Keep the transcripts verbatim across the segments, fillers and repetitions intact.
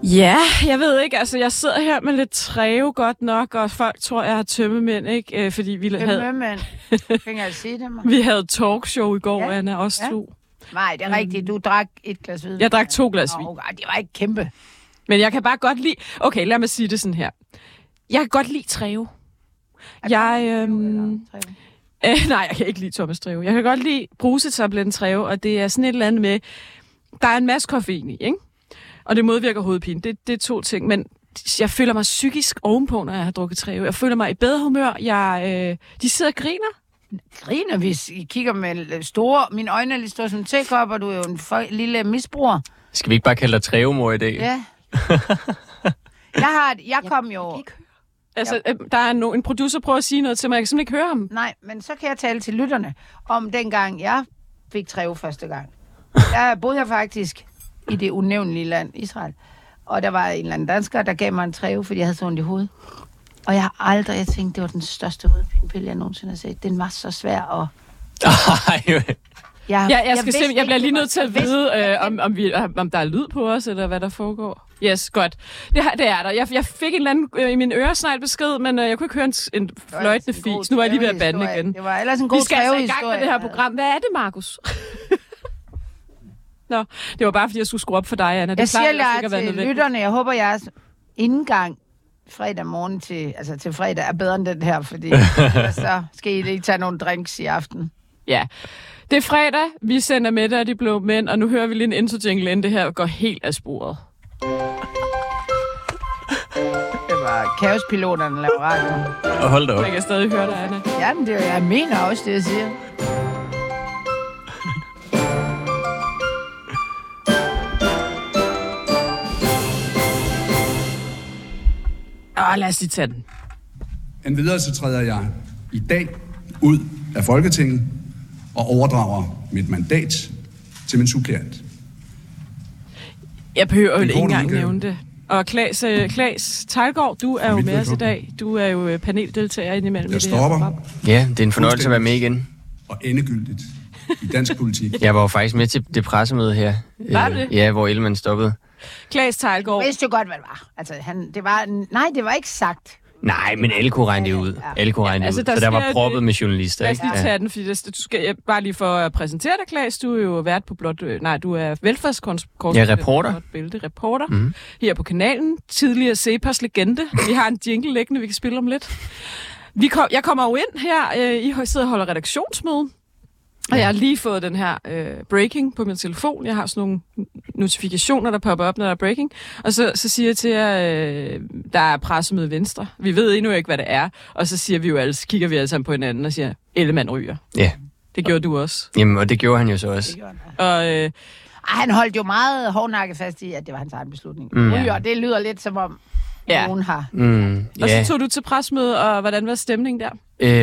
Ja, jeg ved ikke. Altså, jeg sidder her med lidt træve godt nok, og folk tror, jeg har tømmemænd, ikke? Øh, fordi vi havde... Tømmemænd? Kan jeg sige det, mig? Vi havde talkshow i går, Ja. Anna, os Ja. to. Nej, det er rigtigt. Du drak et glas vin. Jeg drak to glas vin. Oh, det var ikke kæmpe. Men jeg kan bare godt lide... Okay, lad mig sige det sådan her. Jeg kan godt lide træve. Jeg... Øhm... Øh, nej, jeg kan ikke lide Thomas Treve. Jeg kan godt lide brusetabletten Treve, og det er sådan et eller andet med... Der er en masse koffein i, ikke? Og det modvirker hovedpine. Det, det er to ting, men jeg føler mig psykisk ovenpå, når jeg har drukket Treve. Jeg føler mig i bedre humør. Jeg, øh, de sidder og griner. Griner, hvis I kigger med store... Mine øjne er lige store som tekop, og du er jo en for, lille misbruger. Skal vi ikke bare kalde dig Trevemor i dag? Ja. jeg, har, jeg kom jo... Jeg altså, ja. Der er no, en producer, der prøver at sige noget til mig. Jeg kan simpelthen ikke høre ham. Nej, men så kan jeg tale til lytterne om dengang, jeg fik Treve første gang. Jeg boede her faktisk i det unævnlige land, Israel. Og der var en eller anden dansker, der gav mig en Treve, fordi jeg havde så ondt i hovedet. Og jeg har aldrig, jeg tænkte, det var den største hovedpinepille, jeg nogensinde har set. Den var så svær at... Ej, Jeg, ja, jeg, skal jeg, jeg bliver lige nødt til at vidste, vide, øh, om, om, vi, om der er lyd på os, eller hvad der foregår. Yes, godt. Det, det er der. Jeg, jeg fik en eller anden øh, i min øresnegl besked, men øh, jeg kunne ikke høre en, en fløjtende fis. Nu var jeg lige ved at bande igen. Det var ellers en god vi skal altså i gang historie. med det her program. Hvad er det, Markus? Nå, det var bare, fordi jeg skulle skrue op for dig, Anna. Det jeg siger lige til lytterne, jeg håber, jeres indgang fredag morgen til, altså til fredag er bedre end den her, fordi så skal I lige tage nogle drinks i aften. Ja. Det er fredag, vi sender Mette og de blå mænd, og nu hører vi lige en intro-jingle, inden det her går helt af sporet. Det var kaospiloterne, der lavede radio. Hold da op. Jeg kan stadig høre dig, Anna. Ja, men det, jeg mener også det, jeg siger. Åh, lad os lige tage den. Endvidere så træder jeg i dag ud af Folketinget og overdrager mit mandat til min suppleant. Jeg behøver jo ikke engang nævne det. Og Klaas, uh, Klaas Teilgaard, du er jo med os i dag. Du er jo paneldeltager indimellem i det her program. Ja, det er en fornøjelse at være med igen. Og endegyldigt i dansk politik. Jeg var jo faktisk med til det pressemøde her. Var det? Ja, hvor Ellemann stoppede. Klaas Teilgaard. Jeg vidste jo godt, hvad det var. Altså, han, det var nej, det var ikke sagt. Nej, men alle kunne regne det ud. Alle kunne regne ja, altså, det ud. Så der var proppet det, med journalister. Lad os lige tage den, fordi det, du skal, jeg, bare lige for at præsentere dig, Klaas. Du er jo vært på blot... Nej, du er velfærdskorrespondent. Ja, reporter. Bælte, reporter. Mm. Her på kanalen. Tidligere Cepas legende. Vi har en jingle liggende, vi kan spille om lidt. Vi kom, jeg kommer jo ind her. Øh, I sidder og holder redaktionsmøde. Og jeg har lige fået den her øh, breaking på min telefon. Jeg har sådan nogle notifikationer, der popper op, når der er breaking. Og så, så siger jeg til jer, øh, der er pressemøde Venstre. Vi ved endnu ikke, hvad det er. Og så siger vi jo altså, kigger vi alle sammen på hinanden og siger, Ellemann ryger. Ja. Det gjorde du også. Jamen, og det gjorde han jo så også. Og, øh, Ej, han holdt jo meget hårdnakket fast i, at det var hans egen beslutning. Mm. Ryger, det lyder lidt som om, ja. nogen har. Mm, og ja. så tog du til pressemøde, og hvordan var stemningen der?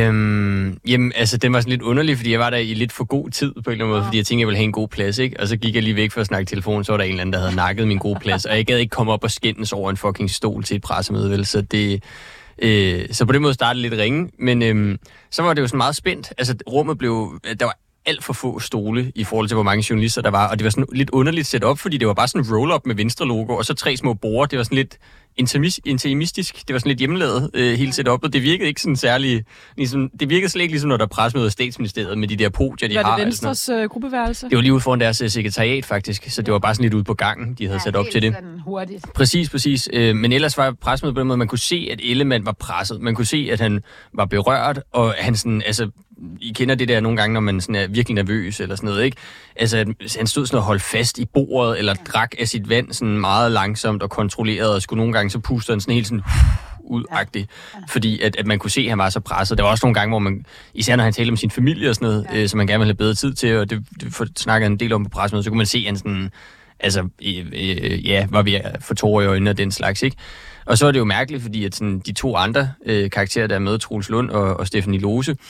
Øhm, jamen, altså, den var sådan lidt underlig, fordi jeg var der i lidt for god tid, på en eller anden måde, fordi jeg tænkte, jeg ville have en god plads, ikke? Og så gik jeg lige væk for at snakke telefon, så var der en eller anden, der havde nakket min gode plads, og jeg gad ikke komme op og skændes over en fucking stol til et pressemøde, vel? Så det... Øh, så på den måde startede lidt ringe, men øhm, så var det jo sådan meget spændt. Altså, rummet blev... Der var alt for få stole i forhold til, hvor mange journalister der var, og det var sådan lidt underligt set op, fordi det var bare sådan en roll-up med Venstre-logo, og så tre små borde. Det var sådan lidt intimistisk. Det var sådan lidt hjemmelavet øh, hele setupet. Det virkede ikke sådan særlig... Ligesom, det virkede slet ikke ligesom, når der er pressemøde af Statsministeriet med de der podier, de var har. Var det Venstres øh, gruppeværelse? Det var lige ude foran deres øh, sekretariat, faktisk. Så det var bare sådan lidt ude på gangen, de havde ja, sat op til det. Hurtigt. Præcis, præcis. Øh, men ellers var pressemødet på den måde, man kunne se, at Ellemann var presset. Man kunne se, at han var berørt, og han sådan... Altså, I kender det der nogle gange, når man sådan er virkelig nervøs eller sådan noget, ikke? Altså, han stod sådan og holdt fast i bordet, eller drak af sit vand sådan meget langsomt og kontrolleret, og skulle nogle gange så puste han sådan helt sådan ud-agtigt, ja. Fordi at, at man kunne se, at han var så presset. Der var også nogle gange, hvor man, især når han talte om sin familie og sådan noget, ja. øh, som man gerne ville have bedre tid til, og det, det snakkede en del om på pressemødet, så kunne man se, at han sådan, altså, øh, øh, ja, var ved at få tårer i øjnene og den slags, ikke? Og så er det jo mærkeligt, fordi at sådan, de to andre øh, karakterer, der er med, Troels Lund og, og Stephanie Lose,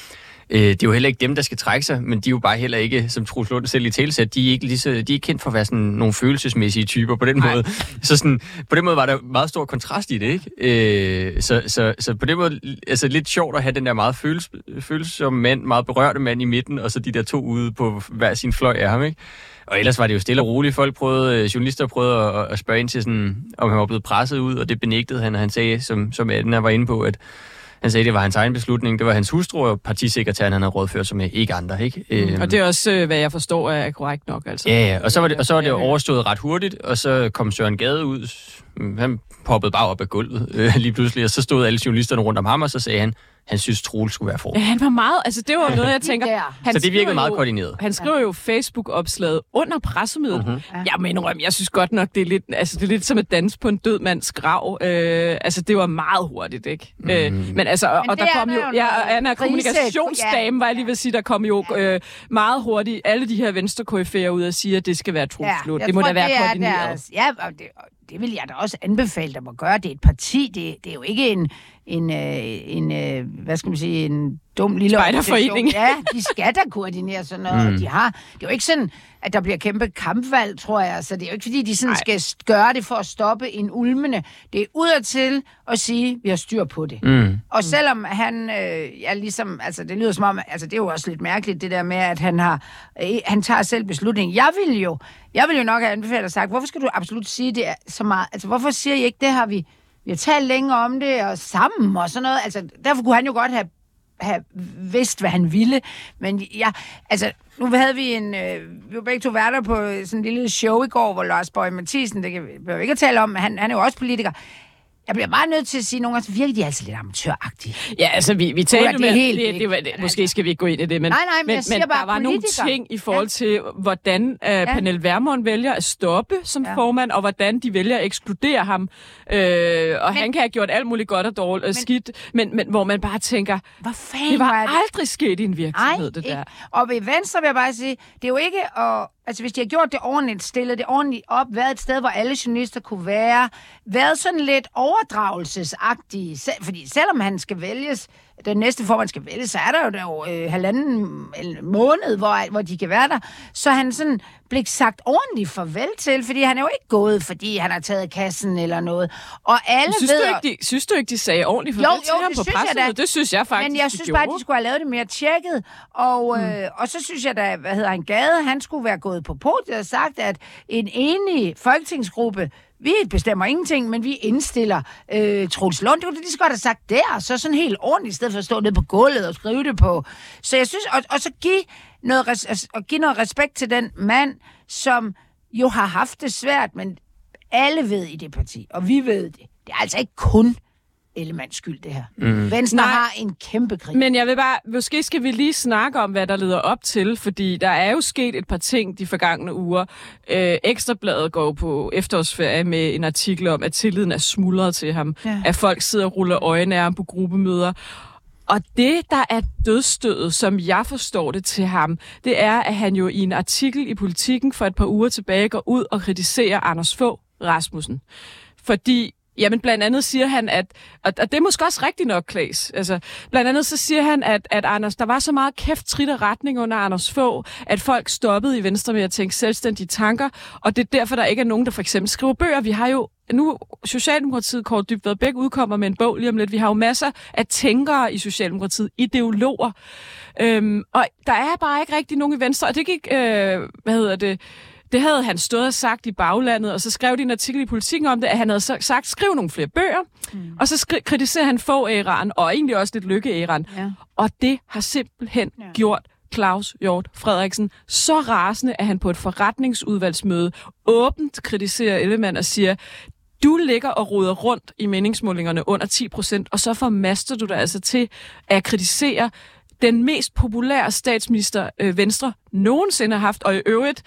Øh, det er jo heller ikke dem, der skal trække sig, men de er jo bare heller ikke, som Troels Lund selv i talesæt, de er ikke lige så, de er ikke kendt for at være sådan nogle følelsesmæssige typer på den Nej. måde. Så sådan, på den måde var der meget stor kontrast i det, ikke? Øh, så, så, så på den måde, altså lidt sjovt at have den der meget føles, følsomme mand, meget berørte mand i midten, og så de der to ude på hver sin fløj af ham, ikke? Og ellers var det jo stille og roligt. Folk prøvede, journalister prøvede at, at spørge ind til sådan, om han var blevet presset ud, og det benægtede han, og han sagde, som, som Adna var inde på, at han sagde, at det var hans egen beslutning. Det var hans hustru og partisekretæren, han havde rådført sig med, ikke andre, ikke? Mm. Øhm. Og det er også, hvad jeg forstår, er korrekt nok, altså. Ja, ja. Og så var det, og så var det overstået ret hurtigt, og så kom Søren Gade ud. Han poppede bare op af gulvet øh, lige pludselig, og så stod alle journalisterne rundt om ham, og så sagde han, han synes, Troels skulle være for. Ja, han var meget, altså det var noget, jeg tænker. Han så det virkede meget jo, koordineret. Han skriver jo Facebook-opslaget under pressemødet. Uh-huh. Ja, men indrøm, jeg synes godt nok, det er lidt, altså det er lidt som at danse på en død mands grav. Øh, altså det var meget hurtigt, ikke? Mm. Øh, men altså, og, men og der kom jo, ja, og Anna, kommunikationsdame, var jeg lige ved at sige, der kom jo øh, meget hurtigt alle de her venstre-K F F'er ud og siger, at det skal være Troels Lund. Ja, det må da være koordineret. Deres, ja, og det, det vil jeg da også anbefale dem at gøre. Det er et parti, det, det er jo ikke en, en, en, en, hvad skal man sige, en dum lille spejderforening. Ja, de skal da koordinere sådan noget, mm. de har. Det er jo ikke sådan, at der bliver kæmpe kampvalg, tror jeg, så det er jo ikke, fordi de sådan skal gøre det for at stoppe en ulmende. Det er udadtil at sige, at vi har styr på det. Mm. Og selvom han, øh, ja, ligesom, altså det lyder som om, altså det er jo også lidt mærkeligt, det der med, at han har, øh, han tager selv beslutningen. Jeg vil jo, jeg vil jo nok have anbefalet og sagt, hvorfor skal du absolut sige det så meget? Altså hvorfor siger I ikke, det har vi, vi har talt længe om det, og sammen og sådan noget. Altså derfor kunne han jo godt have have vidst, hvad han ville. Men ja, altså, nu havde vi en... Øh, vi var begge to værter på sådan en lille show i går, hvor Lars Boje Mathiesen, det kan vi jo ikke at tale om, men han, han er jo også politiker. Jeg bliver bare nødt til at sige, at nogle gange virker de altså lidt amatøragtige. Ja, altså, vi, vi talte det med... Helt, det, det, det, det, måske skal vi ikke gå ind i det, men, nej, nej, men, men, jeg siger men bare der var politikere. nogle ting i forhold til, hvordan uh, ja. Pernille Vermund vælger at stoppe som ja. formand, og hvordan de vælger at ekskludere ham. Øh, og men, han kan have gjort alt muligt godt og dårligt og skidt, men, men hvor man bare tænker, hvad fanden det var var det? aldrig sket i en virksomhed, Ej, det der. Ikke. Og ved Venstre vil jeg bare sige, det er jo ikke at... Altså, hvis de har gjort det ordentligt, stillet det ordentligt op, været et sted, hvor alle journalister kunne være, været sådan lidt overdragelsesagtige, fordi selvom han skal vælges, den næste formand skal vælges, så er der jo, der jo øh, halvanden måned, hvor, hvor de kan være der, så han sådan blev sagt ordentligt farvel til, fordi han er jo ikke gået, fordi han har taget kassen eller noget. Og alle synes, ved... Du ikke, de, synes du ikke, de sagde ordentligt farvel jo, til jo, ham på pressemødet? Det synes jeg faktisk, Men jeg synes bare, at de skulle have lavet det mere tjekket. Og, mm. øh, og så synes jeg da, hvad hedder han, Gade, han skulle være gået på podiet og sagt, at en enig folketingsgruppe, vi bestemmer ingenting, men vi indstiller øh, Troels Lund. Det kunne de lige så godt have sagt der, så sådan helt ordentligt, i stedet for at stå nede på gulvet og skrive det på. Så jeg synes, og, og så give noget, res, og give noget respekt til den mand, som jo har haft det svært, men alle ved i det parti, og vi ved det. Det er altså ikke kun Ellemanns skyld, det her. Mm. Venstre Nej, har en kæmpe krig. Men jeg vil bare, måske skal vi lige snakke om, hvad der leder op til, fordi der er jo sket et par ting de forgangne uger. Øh, Ekstrabladet går på efterårsferie med en artikel om, at tilliden er smuldret til ham, ja. At folk sidder og ruller øjne af ham på gruppemøder. Og det, der er dødsstødet, som jeg forstår det til ham, det er, at han jo i en artikel i Politiken for et par uger tilbage går ud og kritiserer Anders Fogh Rasmussen. Fordi Jamen, blandt andet siger han, at, og det er måske også rigtigt nok, Claes, altså, blandt andet så siger han, at, at Anders, der var så meget kæft, trit og retning under Anders Fogh, at folk stoppede i Venstre med at tænke selvstændige tanker, og det er derfor, der ikke er nogen, der for eksempel skriver bøger. Vi har jo nu, Socialdemokratiet, Kåre Dybvad Bæk udkommer med en bog lige om lidt. Vi har jo masser af tænkere i Socialdemokratiet, ideologer, øhm, og der er bare ikke rigtig nogen i Venstre, og det gik, øh, hvad hedder det, Det havde han stået og sagt i baglandet, og så skrev de en artikel i Politiken om det, at han havde sagt, skriv nogle flere bøger, mm. og så skri- kritiserer han Fogh-æraen, og egentlig også lidt Løkke-æraen. Ja. Og det har simpelthen ja. gjort Claus Hjort Frederiksen så rasende, at han på et forretningsudvalgsmøde åbent kritiserer Ellemann og siger, du ligger og roder rundt i meningsmålingerne under ti procent, og så formaster du dig altså til at kritisere den mest populære statsminister øh, Venstre nogensinde har haft, og i øvrigt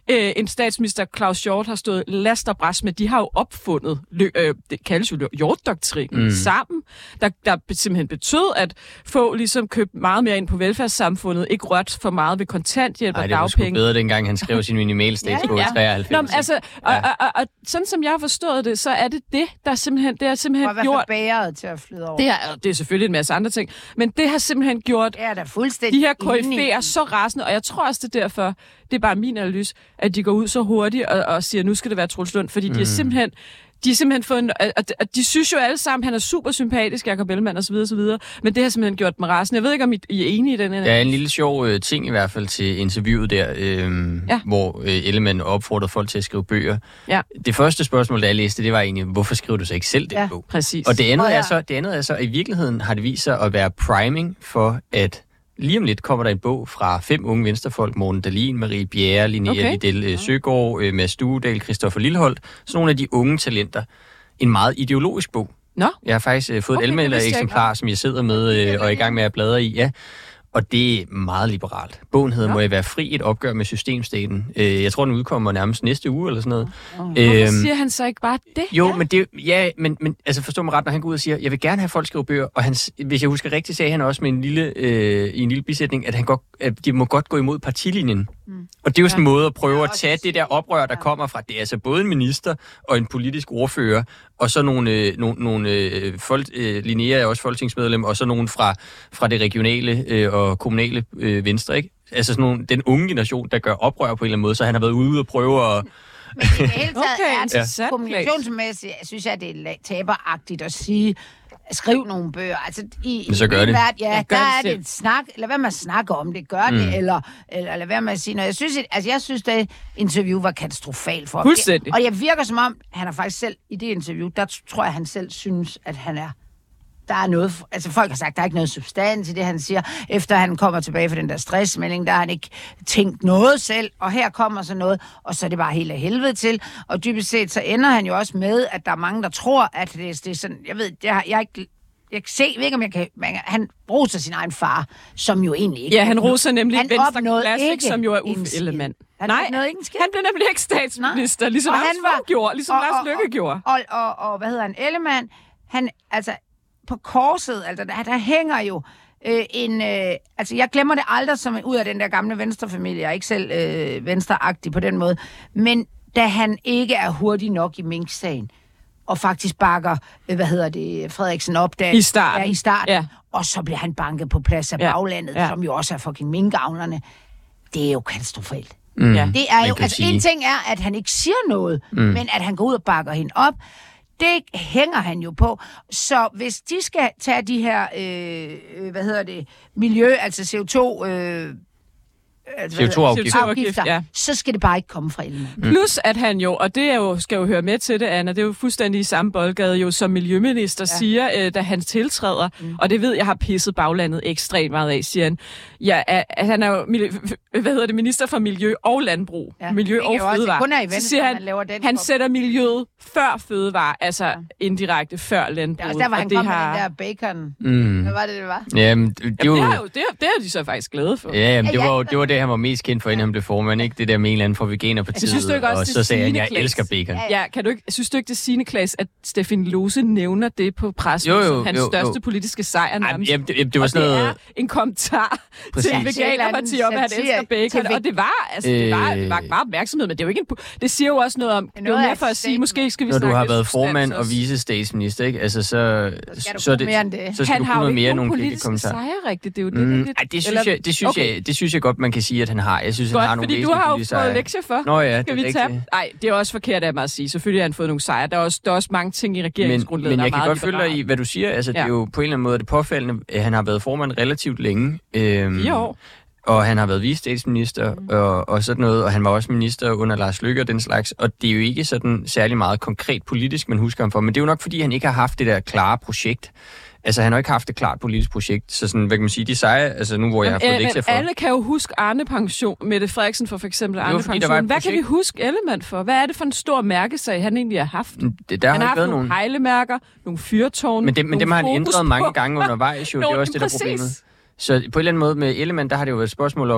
øh, en statsminister, Claus Hjort, har stået last og bræst med. De har jo opfundet, lø, øh, det kaldes jo Hjort-doktrinen, mm. sammen, der, der simpelthen betød, at få ligesom købt meget mere ind på velfærdssamfundet, ikke rørt for meget ved kontanthjælp og dagpenge. Nej, det var sgu bedre, dengang han skrev sin minimalstatsbog i ja, ja. treoghalvfems. Nå, altså, ja. og, og, og, og sådan som jeg har forstået det, så er det det, der simpelthen, det har simpelthen gjort... gjort... bæret til at flyde over. Det er, det er selvfølgelig en masse andre ting, men det har simpelthen gjort ja, de her koryfæer så rasende, og jeg tror også, det er derfor, det er bare min analyse, at de går ud så hurtigt og, og siger, nu skal det være Troels Lund, fordi mm. de er simpelthen... De har simpelthen fået en, at, at de synes jo alle sammen, han er super sympatisk, Jacob Ellemann og så videre, så videre, men det har simpelthen gjort mig rasende. Jeg ved ikke, om I, I er enige i den her. Der er en lille sjov øh, ting i hvert fald til interviewet der, øh, ja. hvor øh, Ellemann opfordrede folk til at skrive bøger. Ja. Det første spørgsmål, da jeg læste, det var egentlig, hvorfor skriver du så ikke selv den ja, bog? Præcis. Og det andet, oh, ja. er så, det andet er så, at i virkeligheden har det vist sig at være priming for, at lige om lidt kommer der en bog fra fem unge venstrefolk, Morten Dahlin, Marie Bjerre, Linnea okay. Liddell ja. Søgaard, øh, Mads Stuedal, Christoffer Lilleholdt, sådan nogle af de unge talenter. En meget ideologisk bog. Nå? Jeg har faktisk øh, fået okay, et anmeldereksemplar, som jeg sidder med øh, og er i gang med at bladre i. Ja. Og det er meget liberalt. Bogen hedder, må jeg være fri, et opgør med systemstaten. Øh, jeg tror, den udkommer nærmest næste uge eller sådan noget. Oh. Hvorfor øhm, siger han så ikke bare det? Jo, ja. men det ja, men, men altså forstå mig ret, når han går ud og siger, jeg vil gerne have folk skrive bøger, og han, hvis jeg husker rigtigt, sagde han også med en lille, øh, i en lille bisætning, at, han godt, at de må godt gå imod partilinjen. Mm. Og det er jo sådan en ja. måde at prøve at tage det der oprør, der kommer fra, det er altså både en minister og en politisk ordfører, og så nogle, øh, nogle, nogle øh, folk, øh, Linnea er også folketingsmedlem, og så nogle fra, fra det regionale øh, og kommunale øh, venstre, ikke? Altså sådan nogle, den unge generation, der gør oprør på en eller anden måde, så han har været ude og prøve at... Men i det hele taget okay, er ja. kommunikationsmæssigt, synes jeg, det er taberagtigt at sige, skriv nogle bøger. Altså, i, så gør i det. Vært, ja, der er det et snak, eller hvad man snakker om det, gør mm. det, eller, eller, eller hvad man siger. Jeg synes, altså, jeg synes, det interview var katastrofalt for ham. Fuldstændig. Og jeg virker som om, han har faktisk selv, i det interview, der tror jeg, han selv synes, at han er der er noget, altså folk har sagt, der er ikke noget substans i det, han siger. Efter han kommer tilbage fra den der stressmelding, der har han ikke tænkt noget selv, og her kommer så noget, og så er det bare helt af helvede til. Og dybest set, så ender han jo også med, at der er mange, der tror, at det, det er sådan, jeg ved, det har, jeg ikke... Jeg kan se, jeg ved ikke, om jeg kan... Man, han roser sin egen far, som jo egentlig ikke... Ja, han roser nemlig Venstre Classic, som jo er Uffe Ellemann. Han Nej, han blev nemlig ikke statsminister, ligesom Lars Løkke gjorde, ligesom Lars Løkke gjorde. Og, og, og, og hvad hedder han? Ellemann, han, altså, på korset, altså, der, der hænger jo øh, en... Øh, altså, jeg glemmer det aldrig som ud af den der gamle venstrefamilie. Jeg er ikke selv øh, venstreagtig på den måde. Men da han ikke er hurtig nok i Mink-sagen, og faktisk bakker, hvad hedder det, Frederiksen op der. I starten. Ja, i starten. Ja. Og så bliver han banket på plads af ja. baglandet, ja. som jo også er fucking minkavlerne. Det er jo katastrofalt. Mm. Det er jo, altså en ting er, at han ikke siger noget, mm. men at han går ud og bakker hende op, det hænger han jo på. Så hvis de skal tage de her, øh, hvad hedder det, miljø, altså C O to... Øh, C O to-afgifter, afgifter, ja. så skal det bare ikke komme fra Ellemann. Mm. Plus at han jo, og det er jo, skal jo høre med til det, Anna, det er jo fuldstændig i samme boldgade, jo som miljøminister ja. siger, øh, da han tiltræder, mm. og det ved jeg har pisset baglandet ekstremt meget af, siger han. Ja, at han er jo, hvad hedder det, minister for miljø og landbrug, ja. miljø og fødevare. Så siger han, han, han sætter miljøet før fødevare, altså ja. indirekte før landbrug. Ja, og der var han kommet har... med den der bacon. Mm. Hvad var det, det var? Jamen, det, det, Jamen, det, er jo, det, er, det er de så faktisk glade for. Ja, jamen, det, var, det var det, han var mest kendt for, inden han blev formand, ikke? Det der med en eller anden fra Veganerpartiet, synes du ikke også, og så sagde han, jeg elsker bacon. Ja, kan du ikke, synes du ikke, det Signe Klaas, at Steffen Lose nævner det på pressen jo, jo, som hans jo, største jo. politiske sejr nærmest? Jamen, det, det var sådan noget... det er en kommentar Præcis. til Veganerpartiet om, at han elsker bacon, og det var, altså, det var, det var bare opmærksomhed, men det er jo ikke en... Det siger jo også noget om... Det er jo mere for at sige, måske skal vi snakke... Når du har været formand og vicestatsminister, ikke? Altså, så... Så er det... Så skal du kunne noget mere nogle politiske kommentarer. Han har jo ikke nogen politiske sejre rigtigt, det er jo det. Det synes jeg, det synes jeg, det synes jeg godt, man kan sige, at han har. Jeg synes, han har nogle fordi du har jo fået lektier for. Nå ja, skal vi tage? Nej, det er også forkert af mig at sige. Selvfølgelig har han fået nogle sejre. Der er også, der er også mange ting i regeringsgrundlaget, men, men der er jeg meget kan godt følge dig i, hvad du siger. Altså, ja. Det er jo på en eller anden måde det påfaldende, at han har været formand relativt længe. Øhm, Fire år. Og han har været vicestatsminister mm. og, og sådan noget, og han var også minister under Lars Løkke og den slags. Og det er jo ikke sådan særlig meget konkret politisk, man husker ham for. Men det er jo nok, fordi han ikke har haft det der klare projekt. Altså, han har ikke haft et klart politisk projekt, så sådan, hvad kan man sige, de seje, altså nu hvor jeg har fået lektier for... alle kan jo huske Arne-pension, Mette Frederiksen for for eksempel Arne-pension. Hvad kan vi huske Ellemann for? Hvad er det for en stor mærkesag, han egentlig har haft? Det, der han har haft nogle nogle pejlemærker, nogle fyrtårne, Men, det, men dem har han ændret mange gange undervejs, jo. Det er også det, der er problemet. Så på en eller anden måde med Ellemann, der har det jo været et spørgsmål om,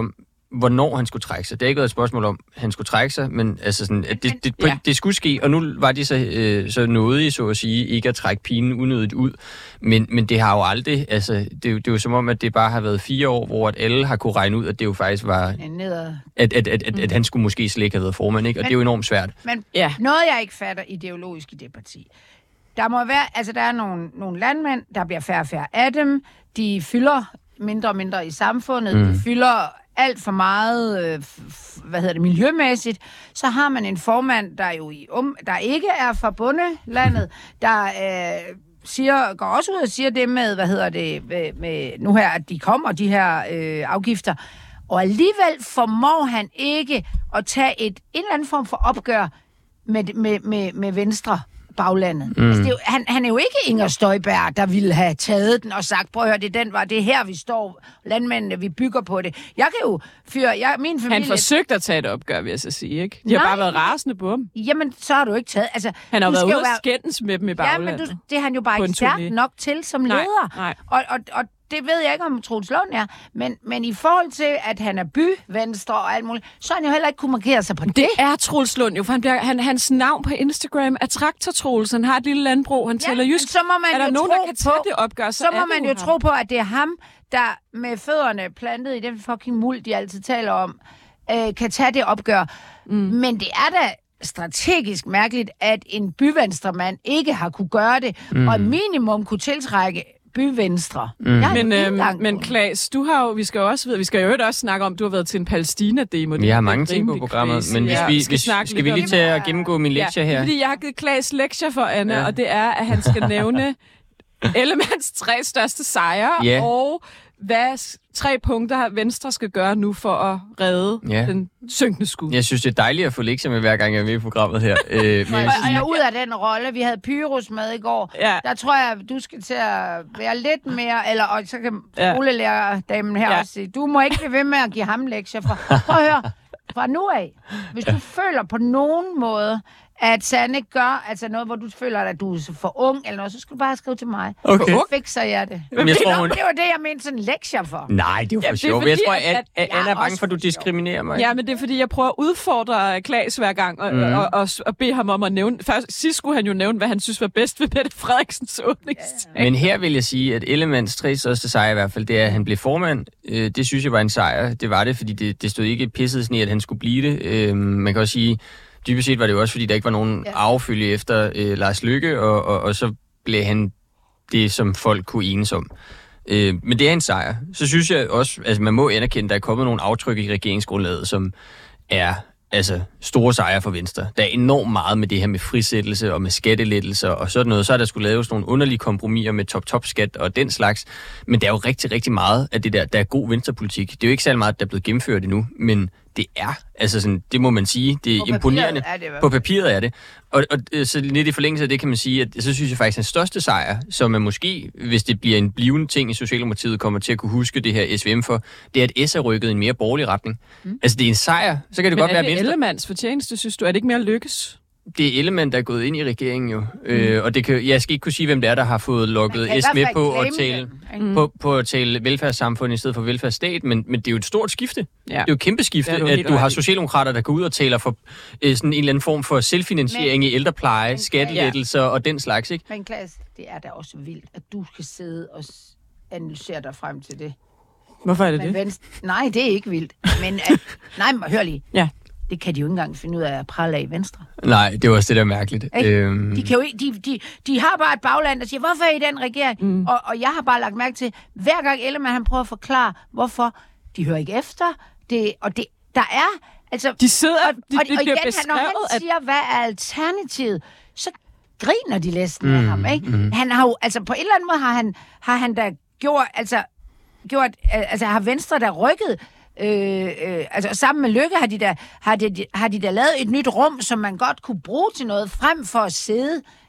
hvornår han skulle trække sig. Det er ikke været et spørgsmål om, at han skulle trække sig, men altså sådan, at det, det, ja. det skulle ske, og nu var de så, øh, så nådige, så at sige, ikke at trække pinen unødigt ud. Men, men det har jo aldrig, altså, det, det er jo som om, at det bare har været fire år, hvor at alle har kunne regne ud, at det jo faktisk var, at, at, at, at, at han skulle måske slet ikke have været formand, ikke? Og men, det er jo enormt svært. Men ja. noget, jeg ikke fatter ideologisk i det parti, der må være, altså der er nogle, nogle landmænd, der bliver færre og færre af dem, de fylder mindre og mindre i samfundet, mm. de fylder alt for meget, øh, f- hvad hedder det, miljømæssigt, så har man en formand, der jo i um, der ikke er fra bundelandet, der øh, siger, går også ud og siger det med, hvad hedder det, med, med nu her, at de kommer, de her øh, afgifter, og alligevel formår han ikke at tage et, en eller anden form for opgør med, med, med, med Venstre baglandet. Mm. Altså, det er jo, han, han er jo ikke Inger Støjberg, der ville have taget den og sagt, prøv at høre, det er den var, det er her, vi står, landmændene, vi bygger på det. Jeg kan jo fyre, jeg, min familie... Han forsøgte at tage et opgør, vil jeg så sige, ikke? De har Nej. bare været rasende på ham. Jamen, så har du ikke taget... Altså, han har været ude og være... skændes med dem i baglandet. Ja, men du, det er han jo bare ikke stærk nok til som nej, leder. Nej. Og, og, og det ved jeg ikke, om Troels Lund er, men, men i forhold til, at han er by-venstre og alt muligt, så har han jo heller ikke kunne markere sig på det. Det er Troels Lund jo, for han bliver, han, hans navn på Instagram er Traktor Troels. Han har et lille landbrug, han ja, tæller jysk. Så må man er der jo nogen, tro der kan tage på, det opgør, så, så må man jo ham. tro på, at det er ham, der med fødderne plantet i den fucking muld, de altid taler om, øh, kan tage det opgør. Mm. Men det er da strategisk mærkeligt, at en byvenstremand ikke har kunne gøre det, mm. og minimum kunne tiltrække byvenstre. Mm. Men, øh, men Claes, du har jo, vi skal jo også vide, vi skal jo også snakke om, du har været til en Palæstina-demo. Vi har mange ting på programmet, men hvis ja, vi, skal, hvis, skal vi lige til at gennemgå min lektie ja, her? Fordi jeg har givet Claes lektier for Anna, ja. og det er, at han skal nævne Ellemanns tre største sejre, ja. og hvad tre punkter Venstre skal gøre nu for at redde ja. den synkende skud. Jeg synes, det er dejligt at få lektier med, hver gang jeg er med i programmet her. øh, men og, og jeg er ud af den rolle. Vi havde Pyrus med i går. Ja. Der tror jeg, du skal til at være lidt mere, eller og så kan skolelærer-damen her ja. også sige, du må ikke blive ved med at give ham lektier. For, prøv at høre, fra nu af, hvis du ja. føler på nogen måde, at Sanne gør altså noget, hvor du føler, at du er for ung, eller noget, så skal du bare skrive til mig. Okay. Så fikser jeg det. Men jeg tror, hun... Det var det, jeg mente sådan lektier for. Nej, det er jo for ja, sjovt. Jeg tror, at, at, at Anna er bange for, at du diskriminerer mig. Ja, men det er, fordi jeg prøver at udfordre Claes hver gang, og, mm. og, og, og, og bede ham om at nævne... Først, sidst skulle han jo nævne, hvad han synes var bedst ved Mette Frederiksens åbningstag. Ja. Men her vil jeg sige, at Ellemanns tre største sejr i hvert fald, det er, at han blev formand. Det synes jeg var en sejr. Det var det, fordi det, det stod ikke pisset sådan i, at han skulle blive det. Man kan også sige... Dybest set var det jo også, fordi der ikke var nogen ja. affølge efter øh, Lars Løkke, og, og, og så blev han det, som folk kunne enes om. Øh, men det er en sejr. Så synes jeg også, altså man må anerkende, at der er kommet nogle aftryk i regeringsgrundlaget, som er altså store sejre for Venstre. Der er enormt meget med det her med frisættelse og med skattelettelser og sådan noget. Så er der skulle laves nogle underlige kompromiser med top-top-skat og den slags. Men der er jo rigtig, rigtig meget af det der, der er god venstrepolitik. Det er jo ikke særlig meget, der er blevet gennemført endnu, men det er, altså sådan, det må man sige, det er på imponerende. Er det, på papiret er det. Og, og så lidt i forlængelse af det kan man sige, at så synes jeg faktisk, at den største sejr, som er måske, hvis det bliver en blivende ting i Socialdemokratiet, kommer til at kunne huske det her S V M for, det er, at S er rykket i en mere borgerlig retning. Mm. Altså det er en sejr, så kan det Men godt være... Men er det Ellemanns fortjeneste, synes du? Er det ikke mere lykkes? Det er Ellemann, der er gået ind i regeringen jo. Mm. Øh, og det kan, jeg skal ikke kunne sige, hvem det er, der har fået lukket S med på at, tale, mm. på, på at tale velfærdssamfund i stedet for velfærdsstat, men, men det er jo et stort skifte. Ja. Det er jo et kæmpe skifte, ja, at du har socialdemokrater, der går ud og taler for øh, sådan en eller anden form for selvfinansiering men, i ældrepleje, men, skattelettelser ja. og den slags, ikke? Men Claes, det er da også vildt, at du skal sidde og analysere dig frem til det. Hvorfor er det men det? Venstre, nej, det er ikke vildt. Men at, nej, men hør lige. Ja. Det kan de jo ikke engang finde ud af at prale af i Venstre. Nej, det er også det, der er mærkeligt. Øhm. De, kan jo, de, de, de har bare et bagland, der siger, hvorfor er I den regering? Mm. Og, og jeg har bare lagt mærke til, hver gang Ellemann han prøver at forklare, hvorfor de hører ikke efter. Det, og det, der er... Altså, de sidder... Og, de, og, de og igen, beskrevet, når han siger, hvad er alternativet, så griner de næsten mm. af ham, ikke? Mm. Han har jo... Altså, på en eller anden måde har han, har han da gjort... Altså, gjort... Altså, har Venstre da rykket... Øh, øh, altså sammen med Løkke har de, da, har, de, har de da lavet et nyt rum, som man godt kunne bruge til noget, frem for at sidde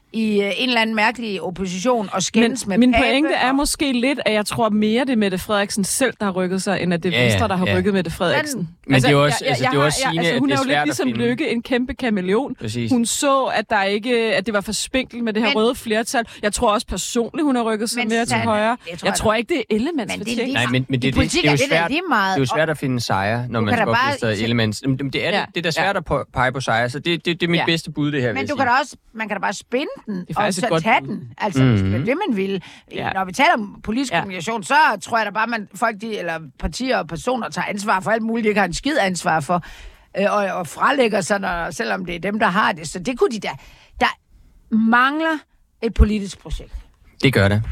i uh, en eller anden mærkelig opposition og skændes med min Pape. pointe er måske lidt, at jeg tror mere, det er Mette Frederiksen selv, der har rykket sig, end at det er Ja, Venstre, der har ja. rykket Mette Frederiksen. Men det er jo også, jeg, altså, jeg, det er jeg også har- sigende, altså, at hun det er er jo lidt svært at ligesom finde. Lykke, en kæmpe kameleon. Præcis. Hun så, at der ikke, at det var for spinkelt med det her Men- røde flertal. Jeg tror også personligt, hun har rykket sig Men mere til Sanne, højre. det tror Jeg jeg tror da. ikke, det er Ellemanns Men det er fortjeneste. lige- Nej, men, men det, I det, politik det, er jo er det da svært, lige meget. det er jo svært at finde sejre, når man kan da skal bare opføre se- elements. Jamen, Det er, Ja. det, det er da svært at på- pege på sejre, så det, det, det er mit Ja. bedste bud, det her. vil Men jeg du sige. kan da også, man kan da bare spænde den er og faktisk et så godt tage bud. den. Altså, mm-hmm. hvis det er det, man vil. Ja. Når vi taler om politisk Ja. kommunikation, så tror jeg da bare, man folk, de, eller partier og personer tager ansvar for alt muligt, de ikke har en skid ansvar for, øh, og, og frelægger sig, når, selvom det er dem, der har det. Så det kunne de da. Der mangler et politisk projekt. Det gør det.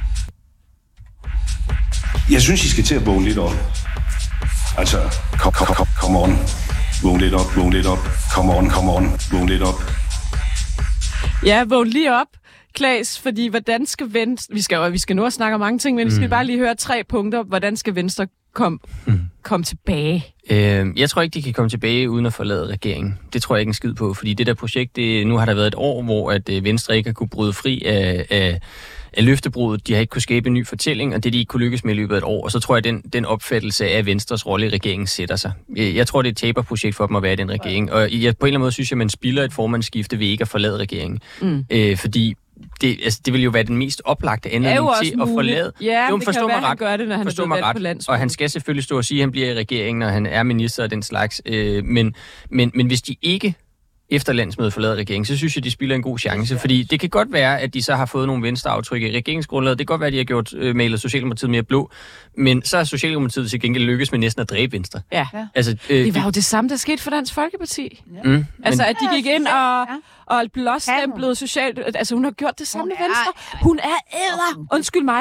Jeg synes, I skal til at vågne lidt op. Altså, kom, kom, kom, kom on. Vågn lidt op, vågn lidt op. Come on, come on. Vågn lidt op. Ja, vågn lige op, Klaas, fordi hvordan skal Venstre... Vi skal, jo- vi skal nu også snakke om mange ting, men vi skal bare lige høre tre punkter. Hvordan skal Venstre komme Mm. kom tilbage? Øh, jeg tror ikke, de kan komme tilbage uden at forlade regeringen. Det tror jeg ikke en skid på, fordi det der projekt, det, nu har der været et år, hvor at øh, Venstre ikke har kunne bryde fri af, af, af løftebruddet. De har ikke kunne skabe en ny fortælling, og det de ikke kunne lykkes med i løbet af et år. Og så tror jeg, at den, den opfattelse af Venstres rolle i regeringen sætter sig. Jeg, jeg tror, det er et taberprojekt for dem at være i den regering. Og jeg, på en eller anden måde synes jeg, at man spilder et formandsskifte ved ikke at forlade regeringen. Mm. Øh, fordi det, altså, det vil jo være den mest oplagte anledning til at forlade. Ja, jo, det forstå kan mig være, han ret. gør det, når han Forstå er mig blevet valgt på ret. landsmødet. Og han skal selvfølgelig stå og sige, at han bliver i regeringen, når han er minister og den slags. Øh, men, men, men hvis de ikke efter landsmødet forlader regeringen, så synes jeg, de spiller en god chance. Fordi det kan godt være, at de så har fået nogle venstreaftryk i regeringsgrundlaget. Det kan godt være, at de har gjort øh, malet Socialdemokratiet mere blå. Men så har Socialdemokratiet til gengæld lykkes med næsten at dræbe Venstre. Ja. Altså, øh, Det var jo det samme, der skete for Dansk Folkeparti. Mm, men, Altså, at de gik ind og, Ja. og blåstemplede socialt... Altså, hun har gjort det samme Hun med er- Venstre. Hun er æder, undskyld mig,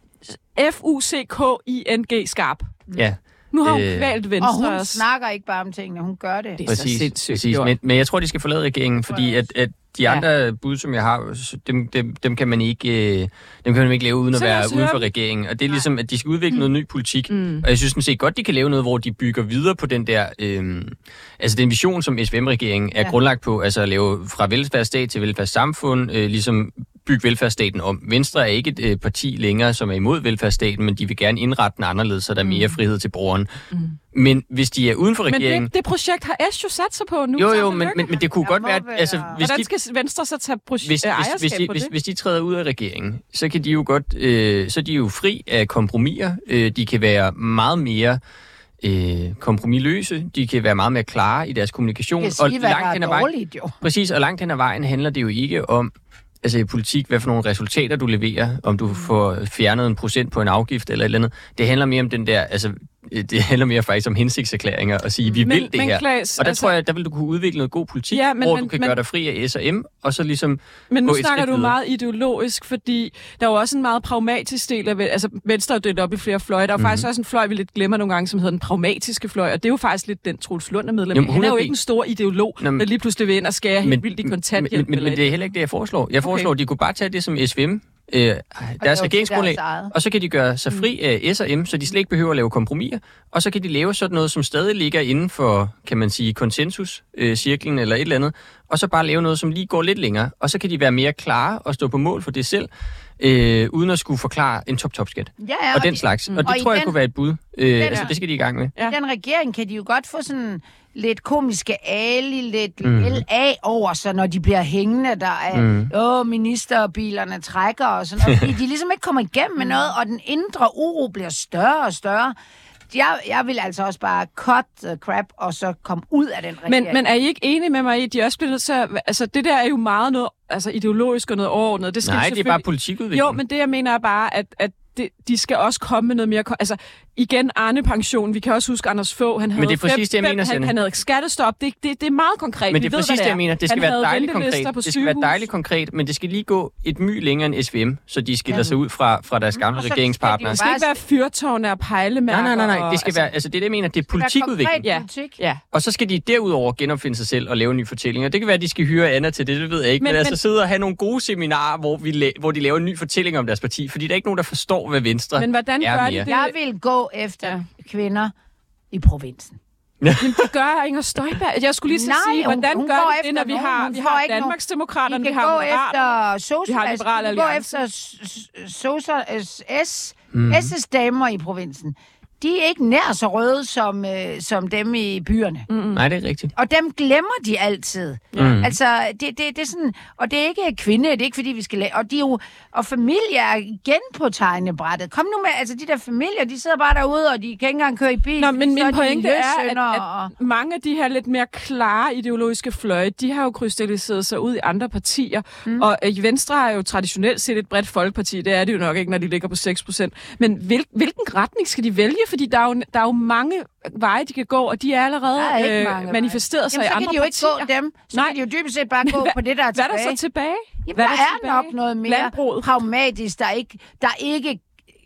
F U C K I N G skarp. ja. Nu har hun Øh, kvalt Venstre Og hun også. snakker ikke bare om tingene, hun gør det. Det er så Præcis, sindssygt præcis. gjort. Men, men jeg tror, de skal forlade regeringen, fordi at, at de Ja. andre bud, som jeg har, dem, dem, dem kan man ikke, øh, dem kan man ikke lave uden at Så lad være os uden høre for dem. regeringen. Og det er ligesom, at de skal udvikle noget ny politik. Mm. Og jeg synes sådan set godt, de kan lave noget, hvor de bygger videre på den der, øh, altså den vision, som S V M-regeringen er Ja. grundlagt på, altså at lave fra velfærdsstat til velfærdssamfund, øh, ligesom bygge velfærdsstaten om. Venstre er ikke et øh, parti længere, som er imod velfærdsstaten, men de vil gerne indrette den anderledes, så der er mere frihed til borgeren. Mm. Men hvis de er uden for Men regeringen... det, det projekt har S jo sat sig på nu. jo, sammen jo, med men, Løkke. men, men det kunne Der godt må være... at- være- Altså, hvis Hvordan de, skal Venstre så tage projek- hvis, øh, hvis, ejerskab hvis, de, på hvis, det? hvis de træder ud af regeringen, så kan de jo godt, øh, så er de jo fri af kompromiser. Øh, de kan være meget mere øh, kompromisløse. De kan være meget mere klare i deres kommunikation. Jeg kan sige, hvad der hen ad er vejen, dårligt, jo. præcis, og langt hen ad vejen handler det jo ikke om, altså i politik, hvad for nogle resultater du leverer, om du får fjernet en procent på en afgift eller et eller andet. Det handler mere om den der, altså det handler mere faktisk om hensigtserklæringer og sige, vi Men- vil det men her. Klaas, og der altså- tror jeg, der vil du kunne udvikle noget god politik, Ja, men- hvor men- du kan men- gøre dig fri af S og M, og så ligesom Men nu gå et snakker skridt du videre. meget ideologisk, fordi der er jo også en meget pragmatisk del af... Altså, Venstre er jo delt op i flere fløje. Der er jo mm. faktisk også en fløj, vi lidt glemmer nogle gange, som hedder den pragmatiske fløj, og det er jo faktisk lidt den Troels Lund er medlem. Jamen, Han er jo hundrede ikke en stor ideolog, Nå, men- der lige pludselig vil ind og skære helt Men- vildt i men, kontanthjælp. men, men, men det er heller ikke det, jeg foreslår. Jeg foreslår, Okay. at de kunne bare tage det som S V M, øh, deres deres regeringsgrundlag, eget. og så kan de gøre sig fri af S og M, så de slet ikke behøver at lave kompromiser, og så kan de lave sådan noget, som stadig ligger inden for, kan man sige, konsensus-cirklen eller et eller andet, og så bare lave noget, som lige går lidt længere, og så kan de være mere klare og stå på mål for det selv, øh, uden at skulle forklare en top-top-skat. Ja, ja, Og den de- slags. Og det Og i tror jeg den- kunne være et bud. Øh, altså, det skal de i gang med. Ja. I den regering kan de jo godt få sådan lidt komiske Ali, lidt mm. L A over sig, når de bliver hængende, der er, mm. åh, ministerbilerne trækker og sådan noget, fordi de ligesom ikke kommer igennem med noget, og den indre uro bliver større og større. Jeg, jeg vil altså også bare cut the crap, og så komme ud af den regering. Men, men er I ikke enige med mig i, at de også bliver nødt til at... Altså, det der er jo meget noget altså, ideologisk og noget overordnet. Det skal Nej, de det er selvfølgelig- bare politikudvikling. Jo, men det jeg mener er bare, at, at det, de skal også komme med noget mere... ko- Altså, igen, Arne-pension. Vi kan også huske Anders Fogh. Han havde Men det er præcis fem, det, jeg fem, mener, han, Sanne. han havde skattestop. Det, det, det er meget konkret. Men Vi det er ved, præcis hvad det, jeg mener. Det skal han være havde dejligt ventelister konkret. på Det skal være sygehus. dejligt konkret, men det skal lige gå et my længere end S V M, så de skiller Ja. sig ud fra, fra deres gamle Og så skal regeringspartnere. de Det skal ikke være fyrtårne og pejlemærker. Nej, nej, nej, nej. og- Det skal være, altså det er det, jeg mener, det er Det er politikudvikling. konkret Ja. politik. Ja. Og så skal de derudover genopfinde sig selv og lave en ny fortælling. Og det kan være, at de skal hyre Anna til det, det ved jeg ikke. Men, Men- men altså men- sidde og have nogle gode seminarer, hvor, vi la- hvor de laver en ny fortælling om deres parti. Fordi der er ikke nogen, der forstår, hvad Venstre Men hvordan er gør mere. de det? Jeg vil gå efter Ja. kvinder i provinsen. Men det gør Inger Støjberg. Jeg skulle lige så Nej, sige, hun- hvordan hun gør går de det, når efter vi nogen. har, Hun vi får har ikke nogen- Danmarksdemokraterne, I vi kan har gå Moderaterne. efter Sosa, vi har Liberal I kan gå Alliance. efter Sosa, S, mm. S' damer i provinsen. De er ikke nær så røde som, øh, som dem i byerne. Mm. Nej, det er rigtigt. Og dem glemmer de altid. Mm. Altså, det, det, det er sådan... Og det er ikke kvinde, det er ikke fordi, vi skal... La- og, de er jo, og familier er igen på tegnebrættet. Kom nu med, altså de der familier, de sidder bare derude, og de kan ikke engang køre i bil. Nå, men så min de pointe er, at, løsønder, at og... mange af de her lidt mere klare ideologiske fløje, de har jo krystalliseret sig ud i andre partier. Mm. Og øh, Venstre er jo traditionelt set et bredt folkeparti. Det er det jo nok ikke, når de ligger på seks procent. Men hvil, hvilken retning skal de vælge? Fordi der er jo, der er jo mange veje, de kan gå, og de er allerede er øh, manifesteret sig Jamen, i andre partier. så kan de jo ikke gå dem. Så Nej. kan de jo dybest set bare gå Hvad- på det, der er Hvad tilbage. er der så tilbage? Jamen, Hvad der er er, tilbage? nok noget mere Landbruget. pragmatisk, der ikke, der ikke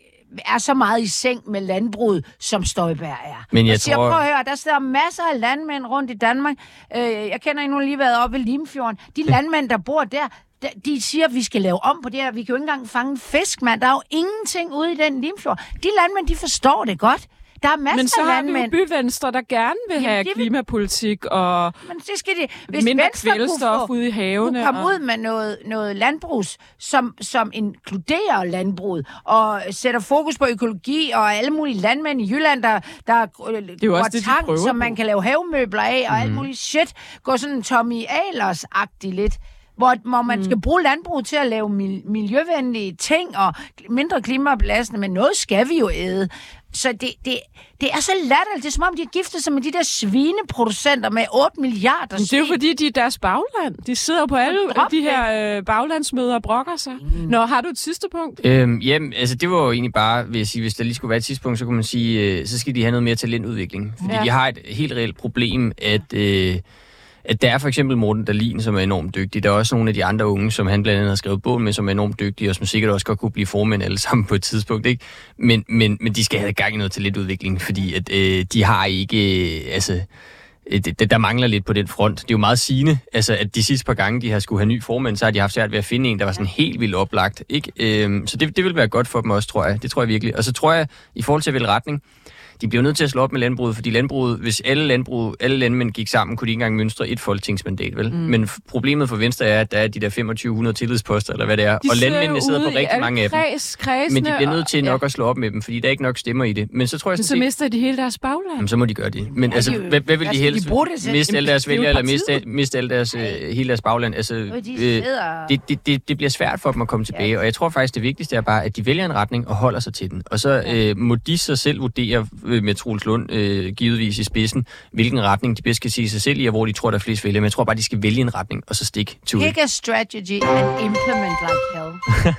er så meget i seng med landbruget, som Støjberg er. Men jeg og siger, tror- prøv at høre, der sidder masser af landmænd rundt i Danmark. Øh, jeg kender en, nu lige været oppe ved Limfjorden. De landmænd, der bor der, der, de siger, at vi skal lave om på det her. Vi kan jo ikke engang fange en fisk, mand. Der er jo ingenting ude i den Limfjord. De landmænd, de forstår det godt. Der er masser Men så af har vi jo landmænd. byvenstre, der gerne vil Jamen, have det vil- klimapolitik og Men det skal de. Hvis mindre Venstre kunne kvælstof få- ude i havene. kunne komme og... ud med noget, noget landbrugs, som, som inkluderer landbruget, og sætter fokus på økologi, og alle mulige landmænd i Jylland, der, der det jo også det, de tang, prøver som på. man kan lave havemøbler af, og mm. alt muligt shit, går sådan Tommy Ahlers-agtigt lidt. Hvor, hvor man mm. skal bruge landbrug til at lave mil- miljøvenlige ting og mindre klimabelastende, men noget skal vi jo æde. Så det, det, det er så latterligt. Det er som om, de har giftet sig med de der svineproducenter med otte milliarder. Men det er jo svin. fordi, de er deres bagland. De sidder på alle drop de her øh, baglandsmøder og brokker sig. Mm. Nå, har du et sidste punkt? Øhm, jamen, altså det var jo egentlig bare, vil jeg sige, hvis der lige skulle være et tidspunkt, så kunne man sige, øh, så skal de have noget mere talentudvikling. Fordi Ja. de har et helt reelt problem, at... Øh, at der er for eksempel Morten Dahlin, som er enormt dygtig. Der er også nogle af de andre unge, som han blandt andet har skrevet bogen med, som er enormt dygtige, og som sikkert også godt kunne blive formænd alle sammen på et tidspunkt. Ikke? Men, men, men de skal have gang i noget talentudvikling, fordi at, øh, de har ikke... Øh, altså, øh, det, der mangler lidt på den front. Det er jo meget sigende, altså, at de sidste par gange, de har skulle have ny formand, så har de haft svært ved at finde en, der var sådan helt vildt oplagt. Ikke? Øh, så det, det vil være godt for dem også, tror jeg. Det tror jeg virkelig. Og så tror jeg, i forhold til at vælge retning, de bliver nødt til at slå op med landbruget, fordi landbruget, hvis alle landbrug, alle landmænd gik sammen, kunne de ikke engang mønstre et folketingsmandat, vel? Mm. Men f- problemet for Venstre er, at der er de der femogtyve hundrede tillidsposter, eller hvad det er, De og sidder landmændene jo sidder på ude i rigtig alle mange af dem. kreds, kredsene, Men de bliver nødt til og- nok ja. at slå op med dem, fordi der er ikke nok stemmer i det. Men så tror jeg Men så sådan set, mister de hele deres bagland. jamen, så må de gøre det. Men Ja, altså, de er jo- hvad, hvad vil hvad de skal de helst? bruge det til? Miste alle deres Det er jo vælgere, eller partiet. miste, miste alle deres, øh, hele deres bagland? Altså, de øh, sidder- det, det, det, det bliver svært for dem at komme tilbage, og jeg tror faktisk, det vigtigste er bare, at de vælger en retning og holder sig til den. Og så øh, må de sig selv vurdere øh, med Troels Lund øh, givetvis i spidsen, hvilken retning de bedst skal sige sig selv i, og hvor de tror, der er flest vælgere. Men jeg tror bare, de skal vælge en retning, og så stikke til ud. Pick a strategy and implement like hell.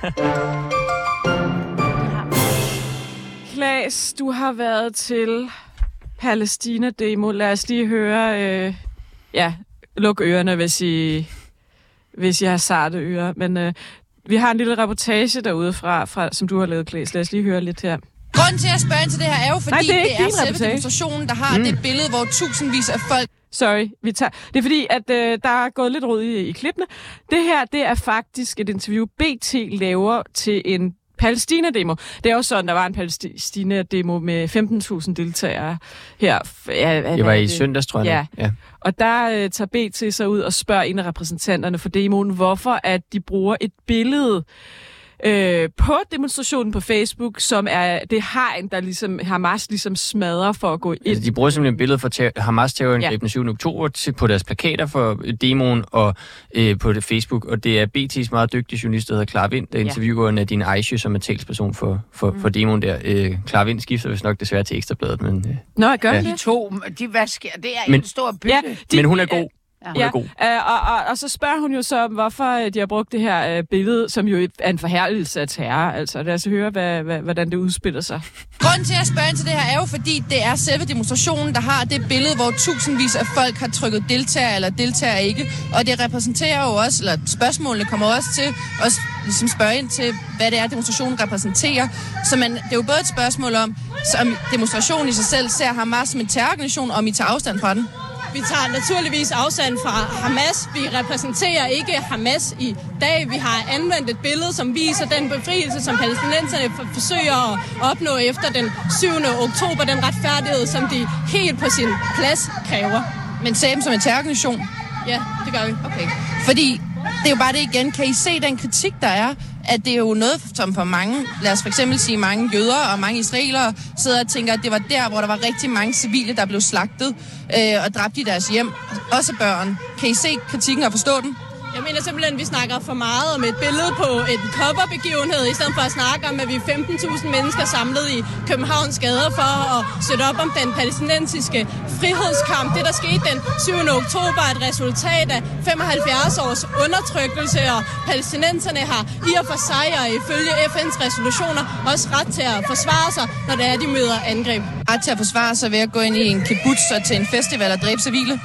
Klaas, du har været til Palæstina-demo. Lad os lige høre... Øh, ja, luk ørerne, hvis I, hvis I har sarte ører. Men øh, vi har en lille reportage derude fra, fra, som du har lavet, Klaas. Lad os lige høre lidt her. Grunden til, at jeg spørger ind til det her, er jo, fordi Nej, det er ikke det er din selve reportage. demonstrationen, der har mm. det billede, hvor tusindvis af folk... Sorry, vi tager... Det er fordi, at øh, der er gået lidt rod i, i klippene. Det her, det er faktisk et interview, B T laver til en Palæstina-demo. Det er jo sådan, der var en Palæstina-demo med femten tusind deltagere her. Ja, Det var i søndags, tror jeg. Ja. ja. Og der øh, tager B T sig ud og spørger en af repræsentanterne for demoen, hvorfor at de bruger et billede øh, på demonstrationen på Facebook, som er det hegn, der ligesom Hamas ligesom smadrer for at gå ind. Altså, de bruger simpelthen billeder fra ter- Hamas-terrorangrebet ja. den syvende oktober til, på deres plakater for demoen og øh, på det Facebook, og det er B T's meget dygtige journalist, der hedder Clara Vind, der interviewer Nadine Aisha, som er talsperson for, for, mm. for demoen der. Øh, Clara Vind skifter vist nok desværre til Ekstrabladet, men... Øh, Nå, jeg gør ja. det. De to, de vasker, det er Men- en stor bytte. Ja, de, men hun er god. Hun Ja, er god. øh, og, og, og så spørger hun jo så, hvorfor øh, de har brugt det her øh, billede, som jo er en forherligelse af terror. Altså, lad os høre, hvad, hvad, hvordan det udspiller sig. Grunden til, at jeg spørger ind til det her, er jo, fordi det er selve demonstrationen, der har det billede, hvor tusindvis af folk har trykket deltager eller deltager ikke. Og det repræsenterer jo også, eller spørgsmålene kommer også til, også ligesom spørge ind til, hvad det er, demonstrationen repræsenterer. Så man, det er jo både et spørgsmål om, om demonstrationen i sig selv ser Hamas som en terrororganisation, og om I tager afstand fra den. Vi tager naturligvis afstand fra Hamas. Vi repræsenterer ikke Hamas i dag. Vi har anvendt et billede, som viser den befrielse, som palæstinenserne forsøger at opnå efter den syvende oktober. Den retfærdighed, som de helt på sin plads kræver. Men ser dem som en terrororganisation? Ja, det gør vi. Okay. Fordi det er jo bare det igen. Kan I se den kritik, der er? At det er jo noget, som for mange, lad os for eksempel sige mange jøder og mange israelere, sidder og tænker, at det var der, hvor der var rigtig mange civile, der blev slagtet øh, og dræbt i deres hjem. Også børn. Kan I se kritikken og forstå den? Jeg mener simpelthen, at vi snakker for meget om et billede på en coverbegivenhed, i stedet for at snakke om, at vi er femten tusind mennesker samlet i Københavns gader for at sætte op om den palæstinensiske frihedskamp. Det, der skete den syvende oktober, er et resultat af femoghalvfjerds års undertrykkelse, og palæstinenserne har i og for sig og ifølge F N's resolutioner også ret til at forsvare sig, når det er, de møder angreb. Ret til at forsvare sig ved at gå ind i en kibbutz og til en festival og dræbe civile?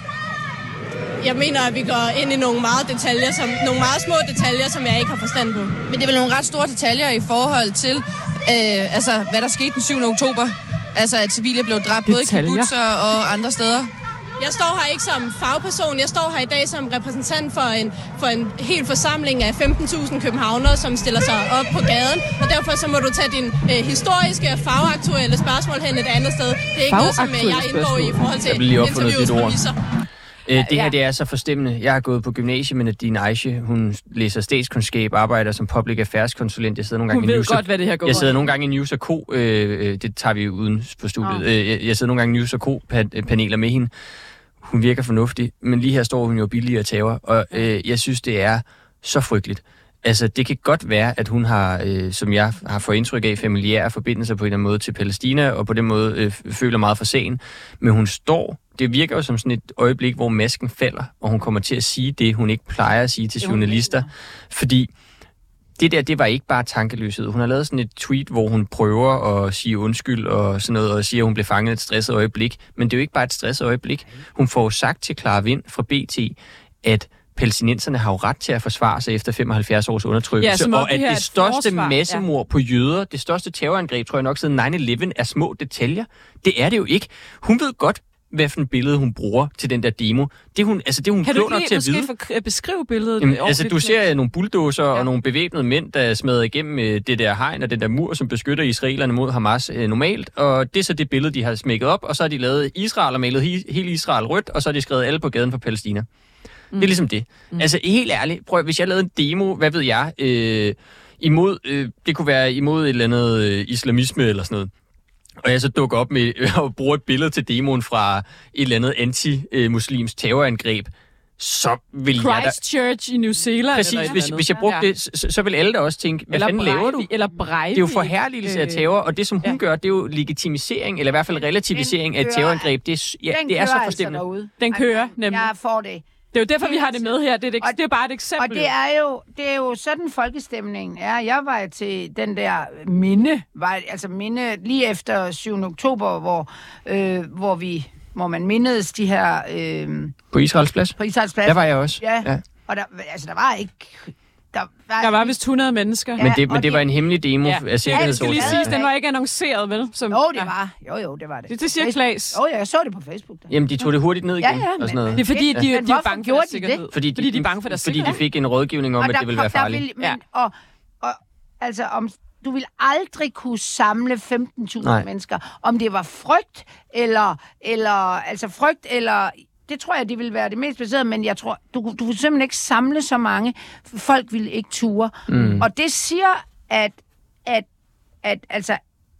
Jeg mener, at vi går ind i nogle meget detaljer, som, nogle meget små detaljer, som jeg ikke har forstand på. Men det er vel nogle ret store detaljer i forhold til, øh, altså, hvad der skete den syvende oktober? Altså, at civile blev dræbt både i kibbutzer og andre steder. Jeg står her ikke som fagperson. Jeg står her i dag som repræsentant for en, for en hel forsamling af femten tusind københavnere, som stiller sig op på gaden. Og derfor så må du tage din øh, historiske og fagaktuelle spørgsmål hen et andet sted. Det er ikke noget, som øh, jeg indgår i forhold til interviewets præmisser. Det her, det er så forstemmende. Jeg har gået på gymnasiet med Nadine Aische. Hun læser statskundskab, arbejder som public affairs konsulent. Jeg sidder nogle gange hun i ved News godt, hvad det her går. Jeg sidder nogle gange i News og Co. Øh, det tager vi jo uden på studiet. Oh. Jeg sidder nogle gange i News og Co. paneler med hende. Hun virker fornuftig, men lige her står hun jo billigere terror, og øh, jeg synes, det er så frygteligt. Altså, det kan godt være, at hun har, øh, som jeg har fået indtryk af, familiære forbindelser på en eller anden måde til Palæstina, og på den måde øh, føler meget for sagen. Men hun står, det virker jo som sådan et øjeblik, hvor masken falder, og hun kommer til at sige det, hun ikke plejer at sige til journalister. Fordi det der, det var ikke bare tankeløshed. Hun har lavet sådan et tweet, hvor hun prøver at sige undskyld og sådan noget, og siger, at hun blev fanget et stresset øjeblik. Men det er jo ikke bare et stresset øjeblik. Hun får jo sagt til Clara Vind fra B T, at palæstinenserne har jo ret til at forsvare sig efter femoghalvfjerds års undertrykkelse, ja, og at det, det største massemord ja. på jøder, det største terrorangreb, tror jeg nok siden nine eleven, er små detaljer. Det er det jo ikke. Hun ved godt, hvad for et billede hun bruger til den der demo. Det hun, altså det hun kan klog nok til at vide. Kan du ikke beskrive billedet? Jamen, altså du ser nogle bulldozer ja. og nogle bevæbnede mænd, der er smadret igennem det der hegn og den der mur, som beskytter israelerne mod Hamas øh, normalt, og det er så det billede, de har smækket op, og så har de lavet Israel og malet he- hele Israel rødt, og så har de skrevet alle på gaden for Palæstina. Mm. Det er ligesom det. Mm. Altså helt ærligt, prøv, hvis jeg lavede en demo, hvad ved jeg, øh, imod, øh, det kunne være imod et eller andet øh, islamisme eller sådan noget, og jeg så dukker op med at bruge et billede til demoen fra et eller andet anti-muslims terrorangreb, så vil jeg da... Christchurch i New Zealand. Præcis, hvis, hvis jeg brugte ja. det, så, så vil alle da også tænke, hvad fanden laver du? Eller Breivik. Det er jo forherligelse af terror, og det som hun ja. gør, det er jo legitimisering, eller i hvert fald relativisering af et terrorangreb. Det er, ja, det er så forstemmende. Altså den kører nemlig. Jeg får det. Det er jo derfor, vi har det med her. Det er, et, det er bare et eksempel. Og det er jo, det er jo sådan folkestemningen er. Jeg var til den der minde, var, altså minde lige efter syvende oktober, hvor, øh, hvor vi, hvor man mindedes de her... Øh, på Israels Plads? På Israels Plads. Der var jeg også. Ja, ja. Og der, altså, der var ikke... Der var, der var vist hundrede mennesker. Ja, men det, men det var en hemmelig demo ja. af sikkerhedsårsager. Ja, det skal lige siges, den var ikke annonceret, vel? Som, jo, det var. Jo, jo, det var det. Det, det siger Klaas. Jo, ja, jeg så det på Facebook. Der. Jamen, de tog det hurtigt ned igen. Ja, ja, og sådan noget. Det er fordi, de, ja. de, de er bange for deres sikkerhed. Fordi de, fordi de er bange for deres fordi sikkerhed. de fik en rådgivning om, og at det ville være farligt. Vil, men, ja. og, og, altså, om, du vil aldrig kunne samle femten tusind mennesker. Om det var frygt, eller, eller, altså frygt, eller... Det tror jeg, det vil være det mest baserede, men jeg tror, du, du vil simpelthen ikke samle så mange. Folk vil ikke ture. Mm. Og det siger, at, at, at altså,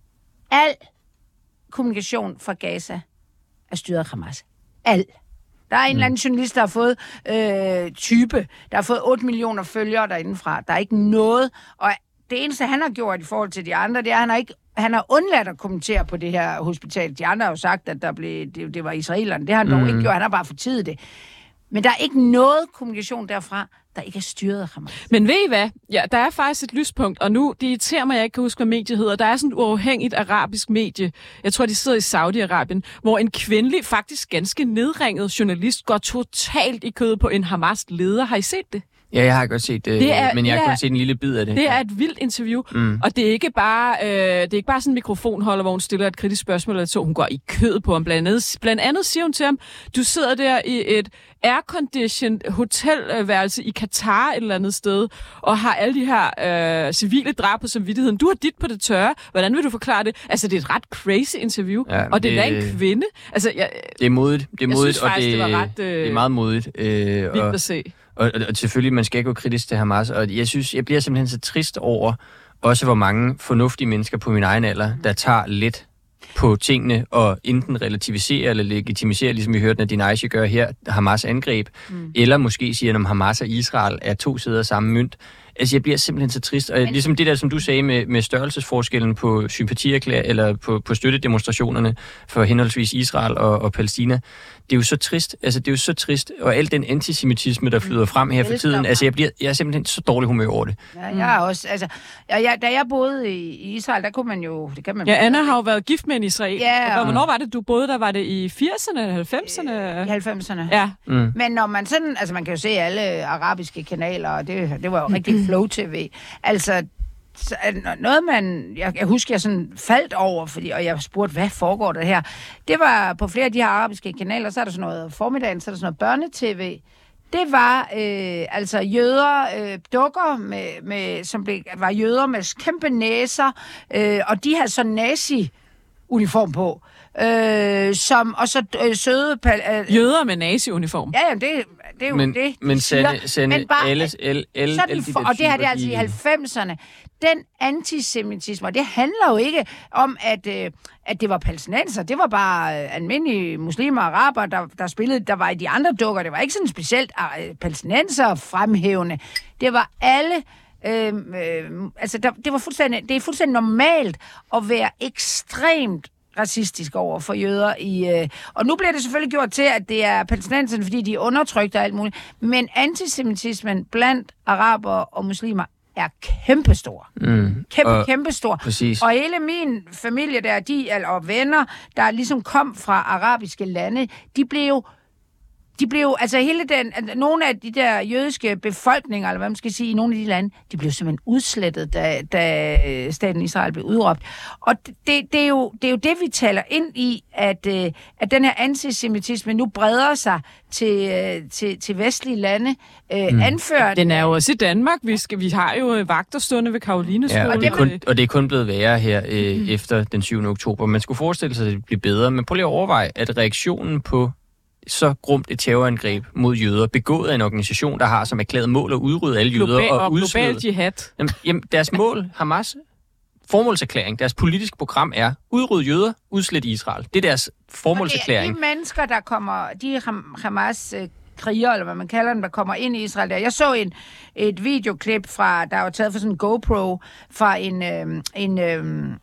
al kommunikation fra Gaza er styret af Hamas. Al. Der er en mm. eller anden journalist, der har fået øh, type, der har fået otte millioner følgere derindefra. Der er ikke noget. Og det eneste, han har gjort i forhold til de andre, det er, at han har ikke Han har undladt at kommentere på det her hospital. De andre har jo sagt, at der blev, det, det var israelerne. Det har han dog mm. ikke gjort. Han har bare fortidet det. Men der er ikke noget kommunikation derfra, der ikke er styret af Hamas. Men ved I hvad? Ja, der er faktisk et lyspunkt, og nu, det irriterer mig, at jeg ikke kan huske, hvad mediet hedder. Der er sådan et uafhængigt arabisk medie. Jeg tror, de sidder i Saudi-Arabien, hvor en kvindelig, faktisk ganske nedringet journalist går totalt i kødet på en Hamas-leder. Har I set det? Ja, jeg har godt set det, det er, men jeg har kun set en lille bid af det. Det ja. er et vildt interview, mm. og det er ikke bare øh, det er ikke bare sådan en mikrofonholder, hvor hun stiller et kritisk spørgsmål, eller så hun går i kød på ham. Blandt andet, blandt andet siger hun til ham, du sidder der i et airconditioned hotelværelse i Katar et eller andet sted, og har alle de her øh, civile drab på samvittigheden. Du har dit på det tørre. Hvordan vil du forklare det? Altså, det er et ret crazy interview, ja, og det, det er en kvinde. Altså, jeg, det er modigt, det er modigt, faktisk, og det, det, var ret, øh, det er meget modigt. Øh, vildt og, at se. Og, og, og selvfølgelig, man skal ikke gå kritisk til Hamas, og jeg synes, jeg bliver simpelthen så trist over, også hvor mange fornuftige mennesker på min egen alder, der tager lidt på tingene og enten relativiserer eller legitimisere, ligesom vi hørte Nadine Aisha gøre her, Hamas angreb, mm. eller måske siger, at Hamas og Israel er to sider af samme mønt. Altså, jeg bliver simpelthen så trist. Og ligesom det der, som du sagde med, med størrelsesforskellen på sympatierklær eller på, på støttedemonstrationerne for henholdsvis Israel og, og Palæstina, det er jo så trist. Altså, det er jo så trist. Og al den antisemitisme, der flyder frem her for tiden, altså, jeg, bliver, jeg er simpelthen så dårlig humør over det. Ja, jeg er også, altså, jeg, da jeg boede i Israel, der kunne man jo, det kan man... Ja, Anna har jo været gift med en israel. Ja, og hvornår var det, du boede der? Var det i firserne, halvfemserne? I halvfemserne. Ja. Mm. Men når man sådan, altså man kan jo se alle arabiske kanaler, og det, det var jo rigtig flow-tv. Altså, noget man, jeg, jeg husker, jeg sådan faldt over, fordi, og jeg spurgte, hvad foregår der her? Det var på flere af de her arabiske kanaler, så er der sådan noget formiddagen, så er der sådan noget børnetv. Det var øh, altså jøder, øh, dukker, med, med, som blev, var jøder med kæmpe næser, øh, og de havde så nazi-uniform på. Øh, som, og så øh, søde... Pal- øh, jøder med nazi-uniform. Ja, jamen, det, det er jo men, det, de men siger. Sande, Sande, men bare, alle, alle, alle, alle de for, og det her det er altså i halvfemserne. Den antisemitisme, og det handler jo ikke om, at, øh, at det var palæstinenser. Det var bare øh, almindelige muslimer og araber, der, der spillede. Der var i de andre dukker. Det var ikke sådan specielt øh, palæstinenser fremhævende. Det var alle... Øh, øh, altså, der, det, var fuldstændig, det er fuldstændig normalt at være ekstremt racistisk over for jøder i... Øh, og nu bliver det selvfølgelig gjort til, at det er palæstinenserne, fordi de er undertrykt og alt muligt. Men antisemitismen blandt arabere og muslimer er kæmpestor. Mm. Kæmpe, og, kæmpestor. Præcis. Og hele min familie der, de, og venner, der ligesom kom fra arabiske lande, de blev jo De blev altså hele den, nogle af de der jødiske befolkninger, eller hvad man skal sige, i nogle af de lande, de blev simpelthen udslettet, da, da staten Israel blev udråbt. Og det, det, er jo, det er jo det, vi taler ind i, at, at den her antisemitisme nu breder sig til, til, til vestlige lande. Mm. Anført. Den er jo også i Danmark. Vi, skal, vi har jo vagter stående ved Karolineskolen. Ja, og, det er kun, og det er kun blevet værre her øh, mm. efter den syvende oktober. Man skulle forestille sig, at det bliver bedre, men prøv lige at overveje, at reaktionen på så grumt et terrorangreb mod jøder, begået af en organisation, der har som erklæret mål at udrydde alle jøder global, og, og udslette... global jihad. Jamen, jamen, deres mål, Hamas, formålserklæring, deres politiske program er udrydde jøder, udslette Israel. Det er deres formålserklæring. Og det er de mennesker, der kommer, de Hamas kriger, eller hvad man kalder dem, der kommer ind i Israel der. Jeg så en, et videoklip fra, der var taget fra sådan en GoPro, fra en, øh, en, øh,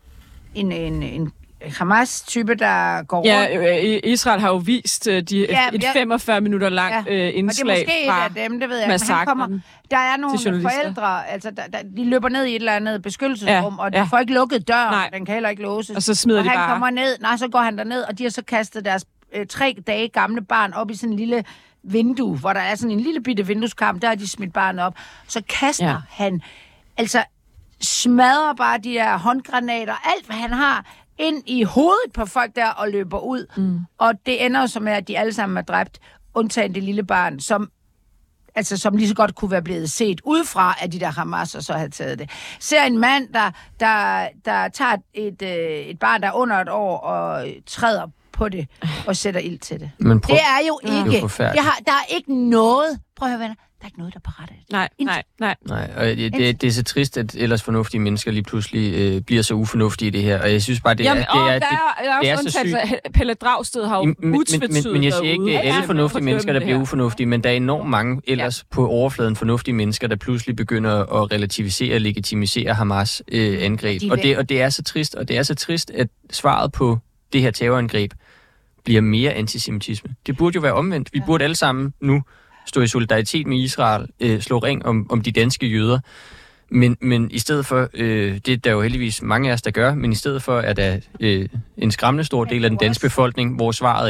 en, en, en Hamas-type, der går rundt. Ja, Israel har jo vist de, ja, et femogfyrre minutter langt ja, indslag og det er måske fra et af dem, det ved jeg. Men han kommer, der er nogle forældre, altså der, der, de løber ned i et eller andet beskyttelsesrum, ja, og de ja. får ikke lukket døren, nej. Den kan heller ikke låses. Og så smider og de han bare. kommer ned, nej, så går han derned, og de har så kastet deres øh, tre dage gamle barn op i sådan en lille vindue, hvor der er sådan en lille bitte vindueskarm, der har de smidt barnet op. Så kaster ja. han, altså smadrer bare de der håndgranater, alt hvad han har, ind i hovedet på folk der og løber ud. Mm. Og det ender jo så med, at de alle sammen er dræbt, undtagen det lille barn, som, altså, som lige så godt kunne være blevet set udefra, at de der Hamas og så havde taget det. Ser en mand, der, der, der tager et, et barn, der er under et år, og træder på det og sætter ild til det. Men prøv, det er jo ikke... Det er jeg har, der er ikke noget... Prøv at høre, venner. Der er ikke noget, der beretter det. Nej, nej, nej. Nej, og det, det, det er så trist, at ellers fornuftige mennesker lige pludselig øh, bliver så ufornuftige i det her. Og jeg synes bare, det Jamen, er, det er, det, der er, det er så sygt. Pelle Dragsted har jo utvetydigt men, men, men jeg siger ikke, det er alle fornuftige mennesker, der bliver ufornuftige, men der er enormt mange ellers ja. på overfladen fornuftige mennesker, der pludselig begynder at relativisere og legitimisere Hamas øh, angreb. Og det, og det er så trist, og det er så trist, at svaret på det her terrorangreb bliver mere antisemitisme. Det burde jo være omvendt. Vi burde alle sammen nu stå i solidaritet med Israel, øh, slå ring om, om de danske jøder. Men, men i stedet for, øh, det er der jo heldigvis mange af os, der gør, men i stedet for, at der øh, en skræmmende stor del af den danske befolkning, hvor svaret er,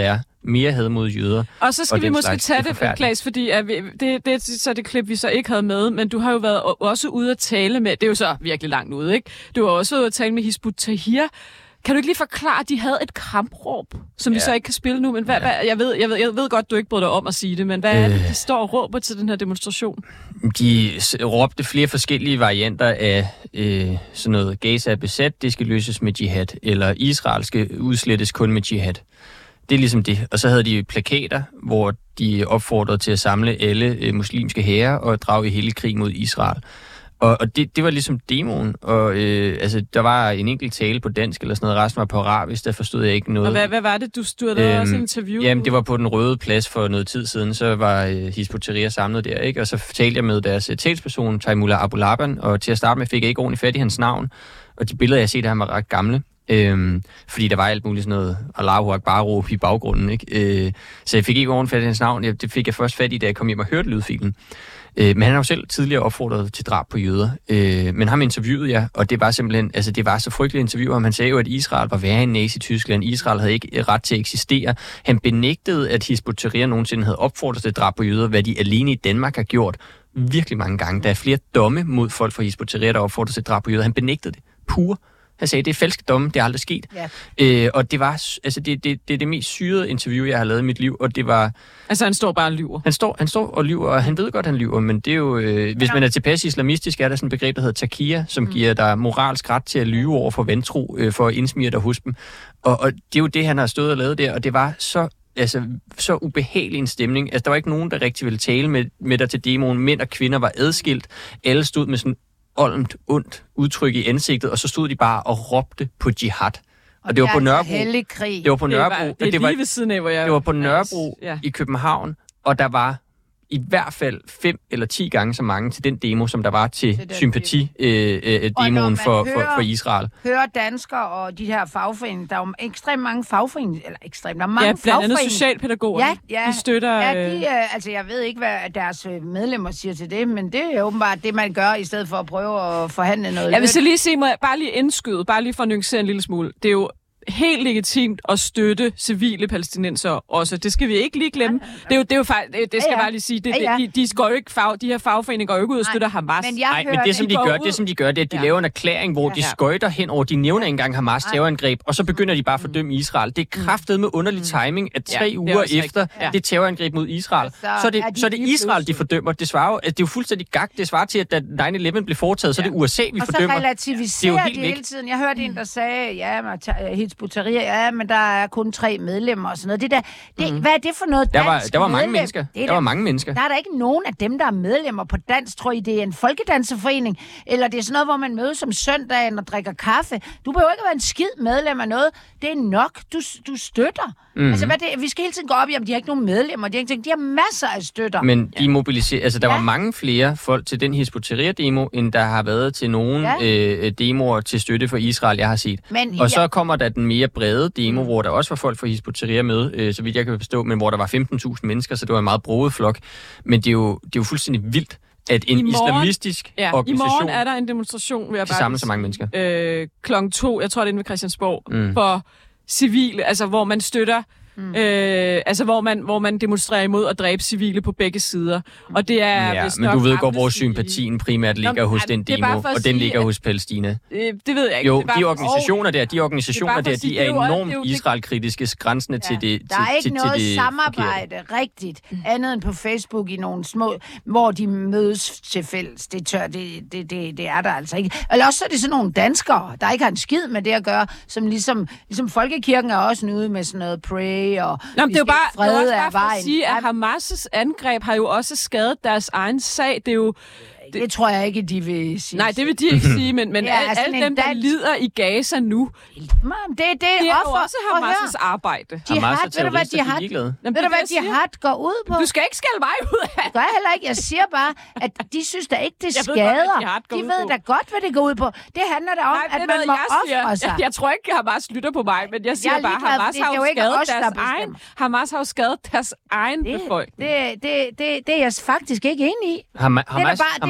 mere had mod jøder. Og så skal og vi måske slags. tage det, det, Klaas, fordi at vi, det, det er så det klip, vi så ikke havde med, men du har jo været også ude at tale med, det er jo så virkelig langt ude, ikke? Du har også ude at tale med Hizb ut-Tahrir. Kan du ikke lige forklare, at de havde et kampråb, som ja. vi så ikke kan spille nu? Men hvad, ja. hvad, jeg, ved, jeg, ved, jeg ved godt, du ikke bryder dig om at sige det, men hvad øh. er det, de står og råber til den her demonstration? De råbte flere forskellige varianter af øh, sådan noget. Gaza er besat, det skal løses med jihad, eller Israel skal udslettes kun med jihad. Det er ligesom det. Og så havde de plakater, hvor de opfordrede til at samle alle øh, muslimske hære og drage i hele krig mod Israel. Og, og det, det var ligesom demoen, og øh, altså, der var en enkelt tale på dansk eller sådan noget, resten var på arabisk, der forstod jeg ikke noget. Og hvad, hvad var det, du stod der øhm, også interview? Jamen, det var på Den Røde Plads for noget tid siden, så var øh, Hizb ut-Tahrir samlet der, ikke? Og så talte jeg med deres uh, talsperson, Taimullah Abu Laban, og til at starte med fik jeg ikke ordentligt fat i hans navn, og de billeder, jeg har set, han var ret gamle. Øhm, fordi der var alt muligt sådan noget Allahu Akbar-råb i baggrunden, ikke? Øh, så jeg fik ikke ordentligt fat i hans navn, jeg, det fik jeg først fat i, da jeg kom hjem og hørte lydfilen. Øh, men han har jo selv tidligere opfordret til drab på jøder. Øh, men ham interviewede jeg, og det var simpelthen, altså det var så frygteligt interview, og han sagde jo, at Israel var værre end Nazi-Tyskland. Israel havde ikke ret til at eksistere. Han benægtede, at Hizb ut-Tahrir nogensinde havde opfordret til drab på jøder, hvad de alene i Danmark har gjort virkelig mange gange. Der er flere domme mod folk fra Hizb ut-Tahrir, der opfordrer til drab på jøder. Han benægtede det. Pur. Han sagde, det er falske domme, det er aldrig sket. Ja. Øh, og det var altså det, det, det er det mest syrede interview, jeg har lavet i mit liv, og det var... Altså, han står bare og lyver? Han står, han står og lyver, og han ved godt, han lyver, men det er jo... Øh, hvis man er tilpas islamistisk, er der sådan et begreb, der hedder takia, som mm. giver dig moralsk ret til at lyve over for vantro, øh, for at indsmire dig hos dem. Og, og det er jo det, han har stået og lavet der, og det var så... Altså, så ubehagelig en stemning. Altså, der var ikke nogen, der rigtig ville tale med, med dig til demoen. Mænd og kvinder var adskilt. Alle stod med sådan oldent, ondt udtryk i ansigtet, og så stod de bare og råbte på jihad. Og, og det var på Nørrebro. Det var på Nørrebro. Det var, det det var lige ved siden af, hvor jeg... Det var på Nørrebro ja. i København, og der var i hvert fald fem eller ti gange så mange til den demo, som der var til, til sympati-demoen øh, for, for, for Israel. Hører danskere og de her fagforeninger, der er jo ekstremt mange fagforeninger, eller ekstremt, der er mange ja, blandt andet socialpædagoger. Ja, ja, de støtter... Ja, de, øh, altså jeg ved ikke, hvad deres medlemmer siger til det, men det er åbenbart det, man gør, i stedet for at prøve at forhandle noget. Jeg vil så lige sige, må jeg bare lige indskyde, bare lige for at nuancere en lille smule. Det er jo helt legitimt at støtte civile palæstinenser også. Det skal vi ikke lige glemme. Det er jo, det er jo faktisk, det, det skal jeg ja, ja. bare lige sige. Det, ja, ja. De, de, går jo ikke fag, de her fagforeninger går jo ikke ud og støtter Hamas. Men Nej, men det som de gør, det som de gør, det er, at de ja. laver en erklæring, hvor ja, ja. de skøjter hen over, de nævner engang Hamas terrorangreb, og så begynder de bare at fordømme Israel. Det er kraftet med underlig timing, at tre ja, uger efter ja. det terrorangreb mod Israel, så, så, er det, er de så er det Israel, de fordømmer. Det svarer jo, at det er jo fuldstændig gak. Det svarer til, at da nine eleven blev foretaget, så er det U S A, vi fordømmer. Og så relativiserer de hele tiden. Jeg hørte en, der sagde, ja, Hizb ut-Tahrir, ja, men der er kun tre medlemmer og sådan noget. Det der, det, mm. Hvad er det for noget dansk der var, der var mange medlem? mennesker. Det der der, var mange mennesker. Der er der ikke nogen af dem, der er medlemmer på dans. Tror I, det er en folkedanserforening? Eller det er sådan noget, hvor man mødes om søndagen og drikker kaffe? Du behøver ikke at være en skid medlem af noget. Det er nok, du, du støtter. Mm-hmm. Altså, hvad det, vi skal hele tiden gå op i, om de har ikke nogen medlemmer. De har, ikke, de har masser af støtter. Men de mobiliserer... Altså, der ja. var mange flere folk til den Hizb ut-Tahrir-demo, end der har været til nogen ja. øh, demoer til støtte for Israel, jeg har set. Men, og så ja. kommer der den mere brede demo, mm. hvor der også var folk fra Hizb ut-Tahrir med, øh, så vidt jeg kan forstå, men hvor der var femten tusind mennesker, så det var en meget broget flok. Men det er jo, det er jo fuldstændig vildt, at en morgen, islamistisk ja, organisation... I morgen er der en demonstration, vil jeg bare... samle så mange mennesker. Øh, klokken to, jeg tror det er inde ved Christiansborg, mm. for civile, altså hvor man støtter... Mm. Øh, altså hvor man hvor man demonstrerer imod at dræbe civile på begge sider. Og det er ja, men du ved godt, hvor sympatien primært ligger Nå, hos den demo, og den ligger hos Palæstina. Øh, det ved jeg ikke. Jo, de organisationer der, de organisationer der, de er enormt Israel-kritiske, grænsende ja. til det. Der er til, ikke noget til det samarbejde forkerte. rigtigt, andet end på Facebook i nogle små, hvor de mødes til fælles. Det, tør, det, det, det, det er der altså ikke. Eller også er det sådan nogle danskere, der ikke har en skid med det at gøre, som ligesom, ligesom Folkekirken er også ude med sådan noget pray og Nå, det er jo bare, det er bare for at sige, at Hamas' angreb har jo også skadet deres egen sag. Det er jo... Det, det tror jeg ikke, de vil sige. Nej, det vil de ikke sige, men, men ja, alle, alle dem, der dans... lider i Gaza nu, det, det, det, det er jo også Hamas' arbejde. Jihad, Hamas ved du, hvad jihad, Jamen, ved du, hvad jihad går ud på? Du skal ikke skælde mig ud af det. Gør jeg heller ikke. Jeg siger bare, at de synes da ikke, det skader. Godt, de ved da godt, hvad det går ud på. Det handler da om, Nej, at man må ofre sig. Jeg, jeg tror ikke, Hamas lytter på mig, men jeg siger jeg bare, Hamas har jo skadet deres egen Hamas har jo skadet deres egen befolkning. Det er jeg faktisk ikke enig i. Hamas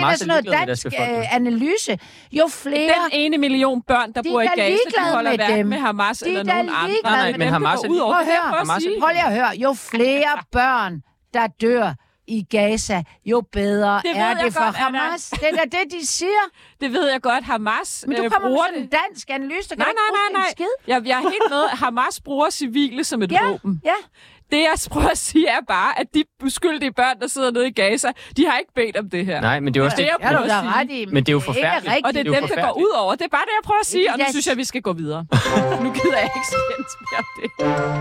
Hamas sådan noget ligeglad med dansk deres befolkning. øh, analyse. Jo flere... Den ene million børn, der De bor i er da Gaza, de ligeglade holder med hverken dem. med Hamas De eller er da nogen andre. ligeglade Nej, med men dem. Hamas er ud over Prøv at det, høre, for at Hamas er sige. Prøv lige at høre. Jo flere børn, der dør i Gaza, jo bedre Det ved er jeg det for godt, Anna. Hamas. Det er da det, de siger. Det ved jeg godt, Hamas Men du øh, kommer med bruger sådan en det. dansk analyse, der kan Nej, ikke nej, bruge nej, en nej. skid. Jeg, jeg er helt med. Hamas bruger civile som et Ja, våben. ja. Det, jeg prøver at sige, er bare, at de uskyldige børn, der sidder nede i Gaza, de har ikke bedt om det her. Nej, men det er også Det det. er Ja, du prøver er at da sige. ret i. Men det er jo ikke forfærdeligt. rigtigt. Og det er Det er jo dem, der går forfærdeligt. ud over. Det er bare det, jeg prøver at sige, og nu Yes. synes jeg, vi skal gå videre. Nu gider jeg ikke skændes mere om det.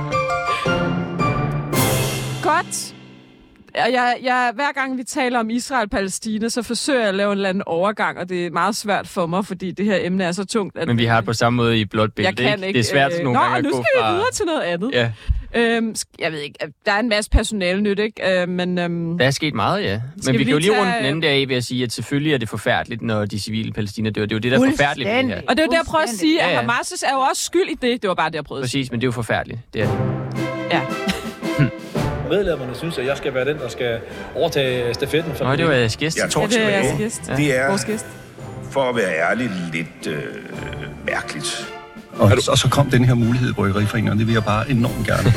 Godt. Og jeg, jeg, hver gang vi taler om Israel og Palæstina, så forsøger jeg at lave en eller anden overgang, og det er meget svært for mig, fordi det her emne er så tungt. At Men vi har det på samme måde i blåt bælte, jeg kan ikke. Det er svært øh, nogle Nå, gange at nu gå skal fra... vi videre til noget andet. Ja, Øhm, sk- jeg ved ikke, der er en masse personale nyt, ikke? Øh, men øhm, der er sket meget, ja. Skal Men vi vi kan jo lige lige runde tage- den anden der af ved at sige, at selvfølgelig er det forfærdeligt, når de civile palæstinere dør. Det er jo det, der er forfærdeligt ved det her. og det er jo det, jeg prøver at sige, at Ja, ja. Hamas er jo også skyld i det. Det var bare det, jeg prøvede at sige. Præcis, men det er jo forfærdeligt. Det er det. Ja. Medlemmerne synes, at jeg skal være den, der skal overtage stafetten. Nå, det var jeres gæst. Jeg tror Ja, det er jeres tilbage. gæst. Det er, Vores gæst. for at være ærlig, lidt øh, mærkeligt. Og, og så kom den her mulighed i Bryggeriforeningen, og det vil jeg bare enormt gerne.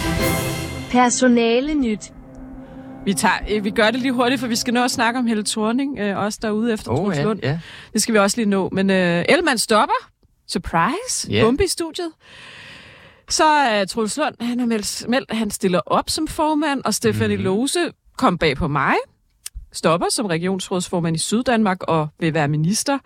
Personale nyt. Vi, tager, øh, vi gør det lige hurtigt, for vi skal nå at snakke om Helle Thorning, øh, også derude efter Åh, Troels ja, Lund. ja. Det skal vi også lige nå. Men øh, Ellemann stopper. Surprise. Ja. Bombe i studiet. Så er uh, Troels Lund, han har meldt, meldt, at han stiller op som formand, og Stephanie Mhm. Lose kom bag på mig. Stopper som regionsrådsformand i Syddanmark og vil være minister.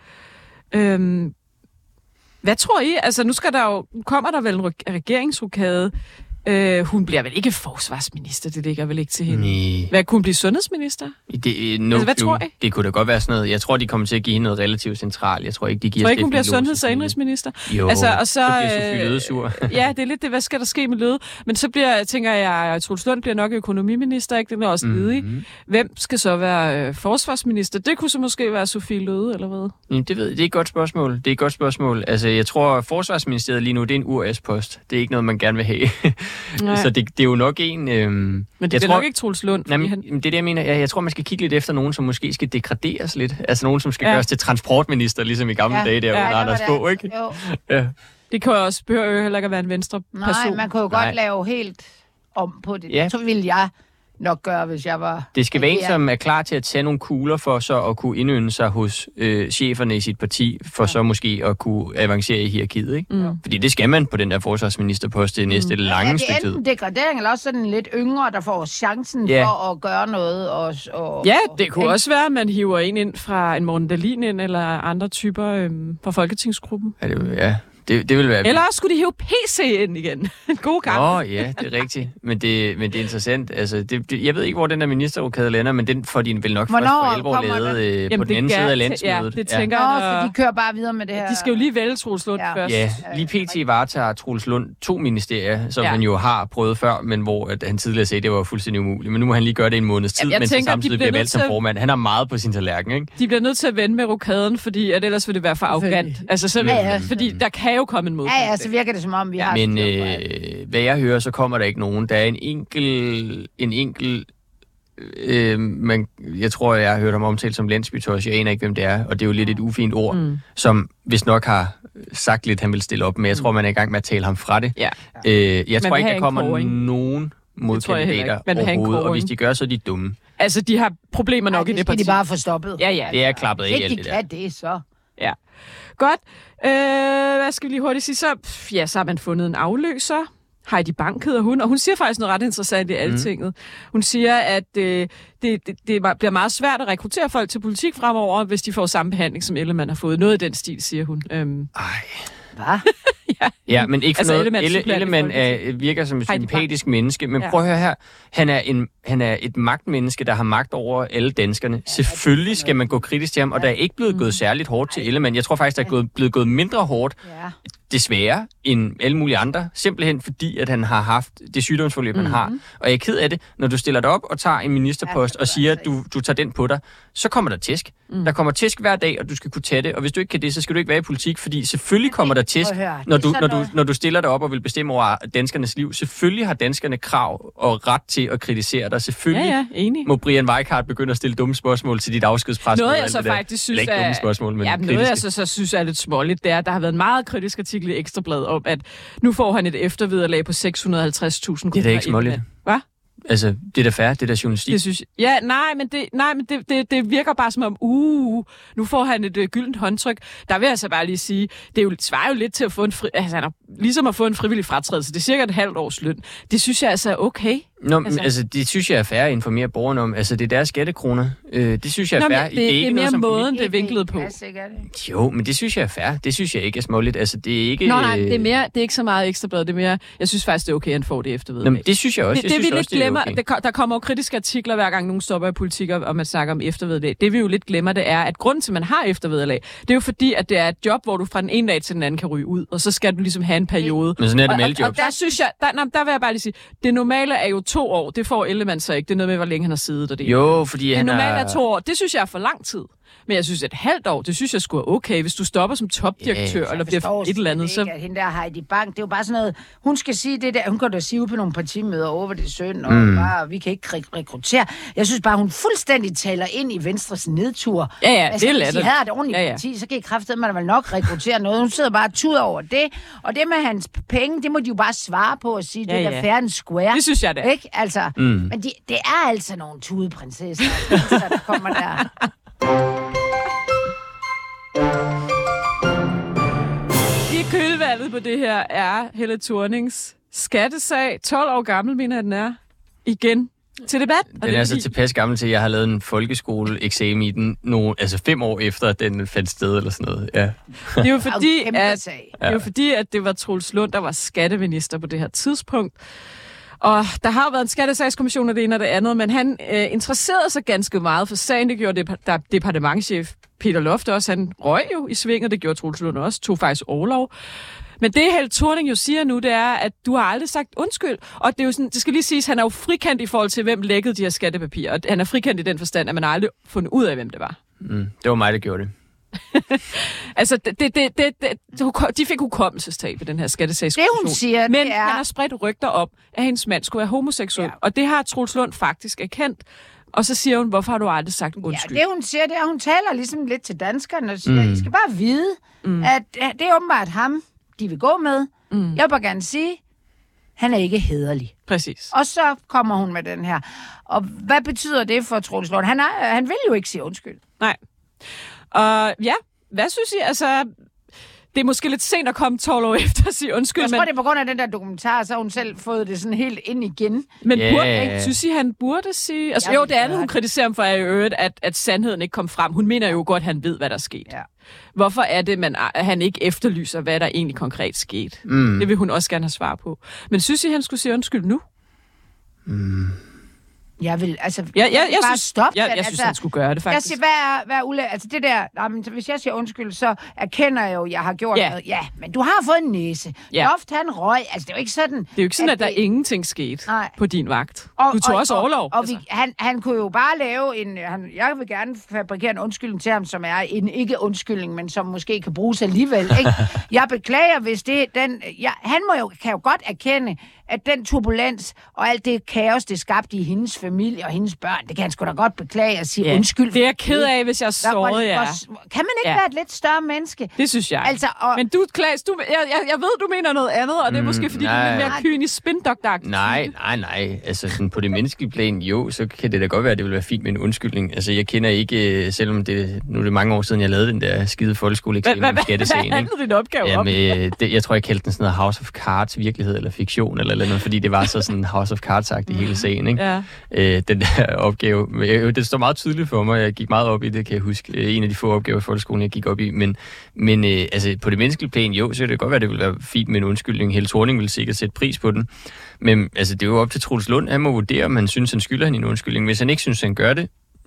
Øhm, hvad tror I? Altså, nu skal der jo, nu kommer der vel en re- regeringsrokade. Øh, hun bliver vel ikke forsvarsminister, det ligger vel ikke til hende. Nej. Hvad kunne hun blive sundhedsminister? Det, no Altså, hvad clue. tror I? Det kunne da godt være sådan noget. Jeg tror, de kommer til at give hende noget relativt centralt. Jeg tror ikke, de giver Jeg tror ikke, hun bliver Stephanie Lose sundheds- og sådan indrigsminister. Jo, altså, og så, så bliver Sofie øh, Løhde sur. Ja, det er lidt det, hvad skal der ske med Løhde? Men så bliver, tænker jeg, at Troels Lund bliver nok økonomiminister, ikke? Den er også ledig. Mhm. Hvem skal så være øh, forsvarsminister? Det kunne så måske være Sofie Løhde, eller hvad? Jamen, det ved jeg. Det er et godt spørgsmål. Det er et godt spørgsmål. Altså, jeg tror, at Forsvarsministeriet lige nu, det er en U S-post. Det er ikke noget, man gerne vil have. Så det, det er jo nok en... Øhm, Men det jeg er tror, nok ikke Troels Lund. Nej, Han... men, det er det, jeg mener. Jeg, jeg tror, man skal kigge lidt efter nogen, som måske skal degraderes lidt. Altså nogen, som skal Ja. gøres til transportminister, ligesom i gamle Ja. dage, der Ja, ja, der Anders var Fogh, det. ikke? Jo. Ja. Det kan jo også behøver jo heller ikke at være en venstre Nej, person. man kunne jo Nej. godt lave helt om på det. Ja. Så ville jeg nok gøre, hvis jeg var... Det skal være en, regering. som er klar til at tage nogle kugler for så at kunne indønde sig hos øh, cheferne i sit parti, for ja. så måske at kunne avancere i hierarkiet, ikke? Mm. Fordi det skal man på den der forsvarsministerpost det næste mm. lange Ja, det stykke er tid. enten degradering, eller også sådan lidt yngre, der får chancen Ja. for at gøre noget. Og, og, Ja, og, det kunne ikke? også være, at man hiver en ind fra en Morten Dahlin ind, eller andre typer øhm, fra Folketingsgruppen. Ja, det, ja. Det, det vil være... Eller også skulle de hive P C ind igen. En god gang. Åh, oh, ja, det er rigtigt. Men det, men det er interessant. Altså, det, det, jeg ved ikke, hvor den der ministerrokade lander, men den får de vel nok Hvornår først for alvor kommer lavet øh, Jamen, på den anden det side gør- af landsmødet. ja, det tænker jeg. Nå, for de kører bare videre med det her. De skal jo lige vælge Troels Lund Ja. først. Ja, lige pt. varetager Troels Lund to ministerier, som Ja. ja. han jo har prøvet før, men hvor at han tidligere sagde, at det var fuldstændig umuligt. Men nu må han lige gøre det en måneds tid, Jamen, jeg mens tænker, han de samtidig bliver bliver valgt nødt som til- formand. Han har meget på sin tallerken, ikke? De bliver nødt til at vende med rokaden, fordi at ellers vil det være for arrogant. Altså, så vil, Ja, ja. fordi der kan jo komme en modstand. Ja, ja, så virker det som om, vi har... Men styr på alt. øh, hvad jeg hører, så kommer der ikke nogen. Der er en enkel... En enkel øh, man, jeg tror, jeg har hørt ham omtalt som landsbytøjs. Jeg aner ikke, hvem det er, og det er jo lidt et ufint ord, mm. som hvis nok har sagt lidt, han vil stille op, men jeg tror, man er i gang med at tale ham fra det. Ja. Øh, jeg Man tror vil ikke, have der en kommer kåring. nogen tror jeg heller modkandidater ikke. Man vil have en overhovedet, og hvis kåring. de gør, så er de dumme. Altså, de har problemer nok Ej, i det det skal parti. de bare få stoppet. Ja, ja. Det er klappet af Ikke alt de det der. kan det, så. Ja. Godt. Øh, hvad skal vi lige hurtigt sige? Så, pff, ja, så har man fundet en afløser. Heidi Bank hedder hun, og hun siger faktisk noget ret interessant i Altinget. Mm. Hun siger, at øh, det, det, det bliver meget svært at rekruttere folk til politik fremover, hvis de får samme behandling, som Ellemann har fået. Noget i den stil, siger hun. Øhm. Ej. Hvad? ja. Ja, men ikke for Altså, noget. Ellemann Elle, supplerer i Ellemann er, Folketinget. virker som et Heidi sympatisk menneske, men Ja. prøv at høre her. Han er, en, han er et magtmenneske, der har magt over alle danskerne. Selvfølgelig skal man gå kritisk til ham, og der er ikke blevet gået særligt hårdt til Ellemann. Jeg tror faktisk, der er gået, blevet gået mindre hårdt. Ja. desværre end alle mulige andre, simpelthen fordi, at han har haft det sygdomsforløb, mm-hmm. han har. Og jeg er ked af det, når du stiller dig op og tager en ministerpost ja, og siger, at du, du tager den på dig, så kommer der tæsk. Mm. Der kommer tæsk hver dag, og du skal kunne tage det, og hvis du ikke kan det, så skal du ikke være i politik, fordi selvfølgelig kommer der tæsk, når du, når, du, når du stiller dig op og vil bestemme over danskernes liv. Selvfølgelig har danskerne krav og ret til at kritisere dig. Selvfølgelig ja, ja, enig. må Brian Weikart begynde at stille dumme spørgsmål til dit afskedspres. Noget jeg så faktisk synes er... dumme spørgsmål, men ja, noget jeg så, så synes er lidt småligt, det er, at der har været en meget kritisk artikel i Ekstra Bladet om, at nu får han et eftervederlag på seks hundrede og halvtreds tusind kroner. Det er da ikke småligt. Hvad? Altså, det er da fair, det er da journalistik. Det synes jeg. Ja, nej, men, det, nej, men det, det, det virker bare som om, uh, nu får han et uh, gyldent håndtryk. Der vil jeg så bare lige sige, det er jo, svarer jo lidt til at få en fri, altså, han er, ligesom at få en frivillig fratrædelse. Det er cirka et halvt års løn. Det synes jeg altså er okay. Nå, altså, altså det synes jeg er fair at informere borgerne om. Altså, det er deres skattekroner. Øh, det synes jeg er Nå, fair. Det, det, det er mere måden, det er vinklet på. Jo, men det synes jeg er fair. Det synes jeg ikke er småligt. Altså, det er ikke... Nå, nej, det er, mere, det er ikke så meget Ekstra Bladet. Det er mere, jeg synes faktisk, det er okay, at han får det eftervederlag. Nå, det synes jeg også. Det, jeg det, synes vi også, lidt glemmer, det okay. der, der kommer jo kritiske artikler, hver gang nogen stopper i politik, og man snakker om eftervederlag. Det vi jo lidt glemmer, det er, at grunden til, at man har eftervederlag, det er jo fordi, at det er et job, hvor du fra den ene dag til den anden kan ryge ud, og så skal du ligesom have en periode. Men sådan er det med alle jobs. Og, og der synes jeg, der, der vil jeg bare lige sige, det normale er jo to år. Det får Ellemann så ikke. Det er noget med, hvor længe han har siddet. Og det jo, fordi det han normale er... er to år. Det synes jeg er for lang tid. Men jeg synes, at et halvt år, det synes jeg skulle være okay. Hvis du stopper som topdirektør, yeah. eller bliver et eller andet, så... Ikke, at hende der Heidi Bank, det er jo bare sådan noget... Hun skal sige det der... Hun kan da sige ud på nogle partimøder over, hvor det er synd, og mm. bare, vi kan ikke rekruttere. Jeg synes bare, hun fuldstændig taler ind i Venstres nedtur. Ja, ja, altså, det er lettere. Hvis I havde et ordentligt ja, ja. parti, så kan I kraftedeme man vel nok rekruttere noget. Hun sidder bare tud over det. Og det med hans penge, det må de jo bare svare på og sige, ja, det er ja. da fair and square. Det synes jeg da. Ikke? Altså, mm. Men de, det er altså nogle tudeprinsesser, altså, der kommer der... I kølvandet på det her er Helle Thornings skattesag. tolv år gammel, mener jeg, den er. Igen til debat. Den er, er så tilpas gammel til, at jeg har lavet en folkeskoleeksamen i den, nogle, altså fem år efter, at den fandt sted, eller sådan noget. Ja. Det er jo fordi, at, det er jo fordi, at det var Troels Lund, der var skatteminister på det her tidspunkt. Og der har jo været en skattesagskommission af det ene og det andet, men han øh, interesserede sig ganske meget for sagen. Det gjorde det, der departementschef Peter Loft også. Han røg jo i svinget, det gjorde Troels Lund også, tog faktisk orlov. Men det Helle Thorning jo siger nu, det er, at du har aldrig sagt undskyld. Og det er jo sådan, det skal lige siges, han er jo frikendt i forhold til, hvem lækkede de her skattepapirer. Og han er frikendt i den forstand, at man aldrig fundet ud af, hvem det var. Mm, det var mig, der gjorde det. altså, det, det, det, det, det, de fik hukommelsestab på den her skattesagskommission. Det hun siger, Men det er... han har spredt rygter om, at hendes mand skulle være homoseksuel. Ja. Og det har Troels Lund faktisk erkendt. Og så siger hun, hvorfor har du aldrig sagt undskyld? Ja, det hun siger, det er, hun taler ligesom lidt til danskerne og siger, mm. I skal bare vide, mm. at det er åbenbart ham, de vil gå med. Mm. Jeg vil bare gerne sige, han er ikke hæderlig. Præcis. Og så kommer hun med den her. Og hvad betyder det for Troels Lund? Han, er, han vil jo ikke sige undskyld. Nej. Og ja, hvad synes I? Altså, det er måske lidt sent at komme tolv år efter at sige undskyld. Jeg tror, men... det er på grund af den der dokumentar, så har hun selv fået det sådan helt ind igen. Men yeah. burde ikke, synes I, han burde sige... Altså, jo, det andet, hun kritiserer ham for, er jo øvrigt, at, at sandheden ikke kom frem. Hun mener jo godt, at han ved, hvad der er sket. Ja. Hvorfor er det, man, at han ikke efterlyser, hvad der egentlig konkret skete? Mm. Det vil hun også gerne have svar på. Men synes I, han skulle sige undskyld nu? Mm. Jeg vil, altså, ja, ja, jeg bare synes, stoppe. Jeg, jeg altså, synes, han skulle gøre det, faktisk. Jeg siger, hvad er, hvad er ule... Altså, det der... Jamen, hvis jeg siger undskyld, så erkender jeg jo, at jeg har gjort ja. noget. Ja, men du har fået en næse. Ja. Loft, han røg. Altså, det er jo ikke sådan... Det er jo ikke sådan, at, at der det... ingenting skete nej. På din vagt. Og, du tog og, også og, overlov. Og, og altså. vi, han, han kunne jo bare lave en... Han, jeg vil gerne fabrikere en undskyldning til ham, som er en ikke-undskyldning, men som måske kan bruges alligevel. Ikke? Jeg beklager, hvis det... Den, jeg, han må jo, kan jo godt erkende, at den turbulens og alt det kaos, det skabte i hendes familie og hendes børn, det kan han sgu da godt beklage og sige ja, undskyld. Det er jeg ked af, hvis jeg sårede jer. Kan man ikke ja. være et lidt større menneske? Det synes jeg. Altså, og... Men du, Klaas, du, jeg, jeg, jeg ved, du mener noget andet, og det er mm, måske, fordi nej. du er mere kynisk spindokteragtig. Nej, nej, nej. Altså, sådan på det menneskelige plan, jo, så kan det da godt være, at det vil være fint med en undskyldning. Altså, jeg kender ikke, selvom det, nu er det mange år siden, jeg lavede den der skide folkeskoleeksamen om skattesagen. Hvad handlede din opgave ja, om? Med, det, jeg tror, jeg kaldte den sådan noget House of Cards virkelighed, eller fiktion, eller noget, fordi det var så sådan House of Cards-agtigt hele sagen, ikke? Ja. Øh, den der opgave. Det står meget tydeligt for mig. Jeg gik meget op i det, kan jeg huske. En af de få opgaver i folkeskolen, jeg gik op i. Men, men øh, altså, på det menneskelige plan, jo, så kan det godt være, at det ville være fint med en undskyldning. Helle Thorning ville sikkert sætte pris på den. Men altså, det er jo op til Troels Lund. Han må vurdere, om han synes, han skylder hende en undskyldning. Hvis han ikke synes, han gør det,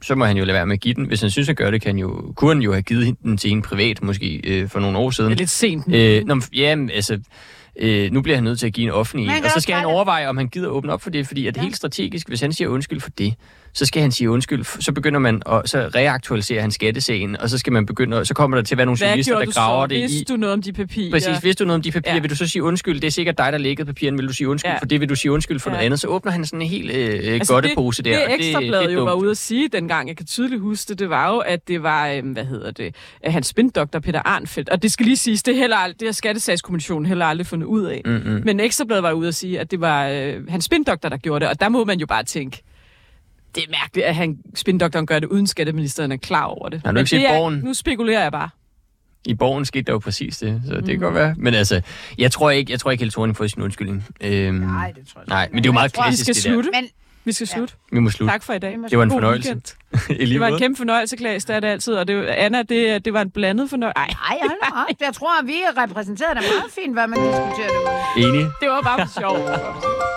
så må han jo lade være med at give den. Hvis han synes, at gøre det, kan han jo, kunne han jo have givet den til en privat, måske øh, for nogle år siden. Det er lidt sent. Øh, nå, ja, altså... Øh, nu bliver han nødt til at give en offentlig en, og så skal han overveje, om han gider åbne op for det, fordi at ja. helt strategisk, hvis han siger undskyld for det, så skal han sige undskyld, så begynder man at så reaktualisere hans skattesagen, og så skal man begynde, så kommer der til at være nogle journalister, der graver det i. Vidste du noget om de papirer? Præcis, hvis du noget om de papirer, ja. vil du så sige undskyld, det er sikkert dig, der lækkede papirerne, vil du sige undskyld ja. for det, vil du sige undskyld for ja. noget andet, så åbner han sådan en helt øh, altså godtepose der. Det Ekstrabladet jo var ude at sige dengang, jeg kan tydeligt huske det, det var jo, at det var, øh, hvad hedder det, hans spindoktor Peter Arnfeldt, og det skal lige siges, det, heller, det har Skattesagskommissionen heller aldrig fundet ud af. Mm-hmm. Men Ekstrabladet var ude at sige, at det var øh, hans spindoktor, der gjorde det, og der må man jo bare tænke, det er mærkeligt, at han, spindoktoren gør det, uden skatteministeren er klar over det. Har du ikke set Borgen? Nu spekulerer jeg bare. I Borgen skete der jo præcis det, så det mm. kan godt være. Men altså, jeg tror ikke, jeg tror ikke, Helle Thorning får sin undskyldning. Øhm, nej, det tror jeg ikke. Nej, men det er jo meget klassisk, vi skal det der. Men, vi skal slutte. Ja. Vi må slutte. Tak for i dag. Det var en fornøjelse. Det var en kæmpe fornøjelse, Klaas, det er det altid. Og det, Anna, det, det var en blandet fornøjelse. Nej, hold da op. Jeg tror, at vi repræsenterede det meget fint, hvad man diskuterer det. Enig. Det var bare for sjov.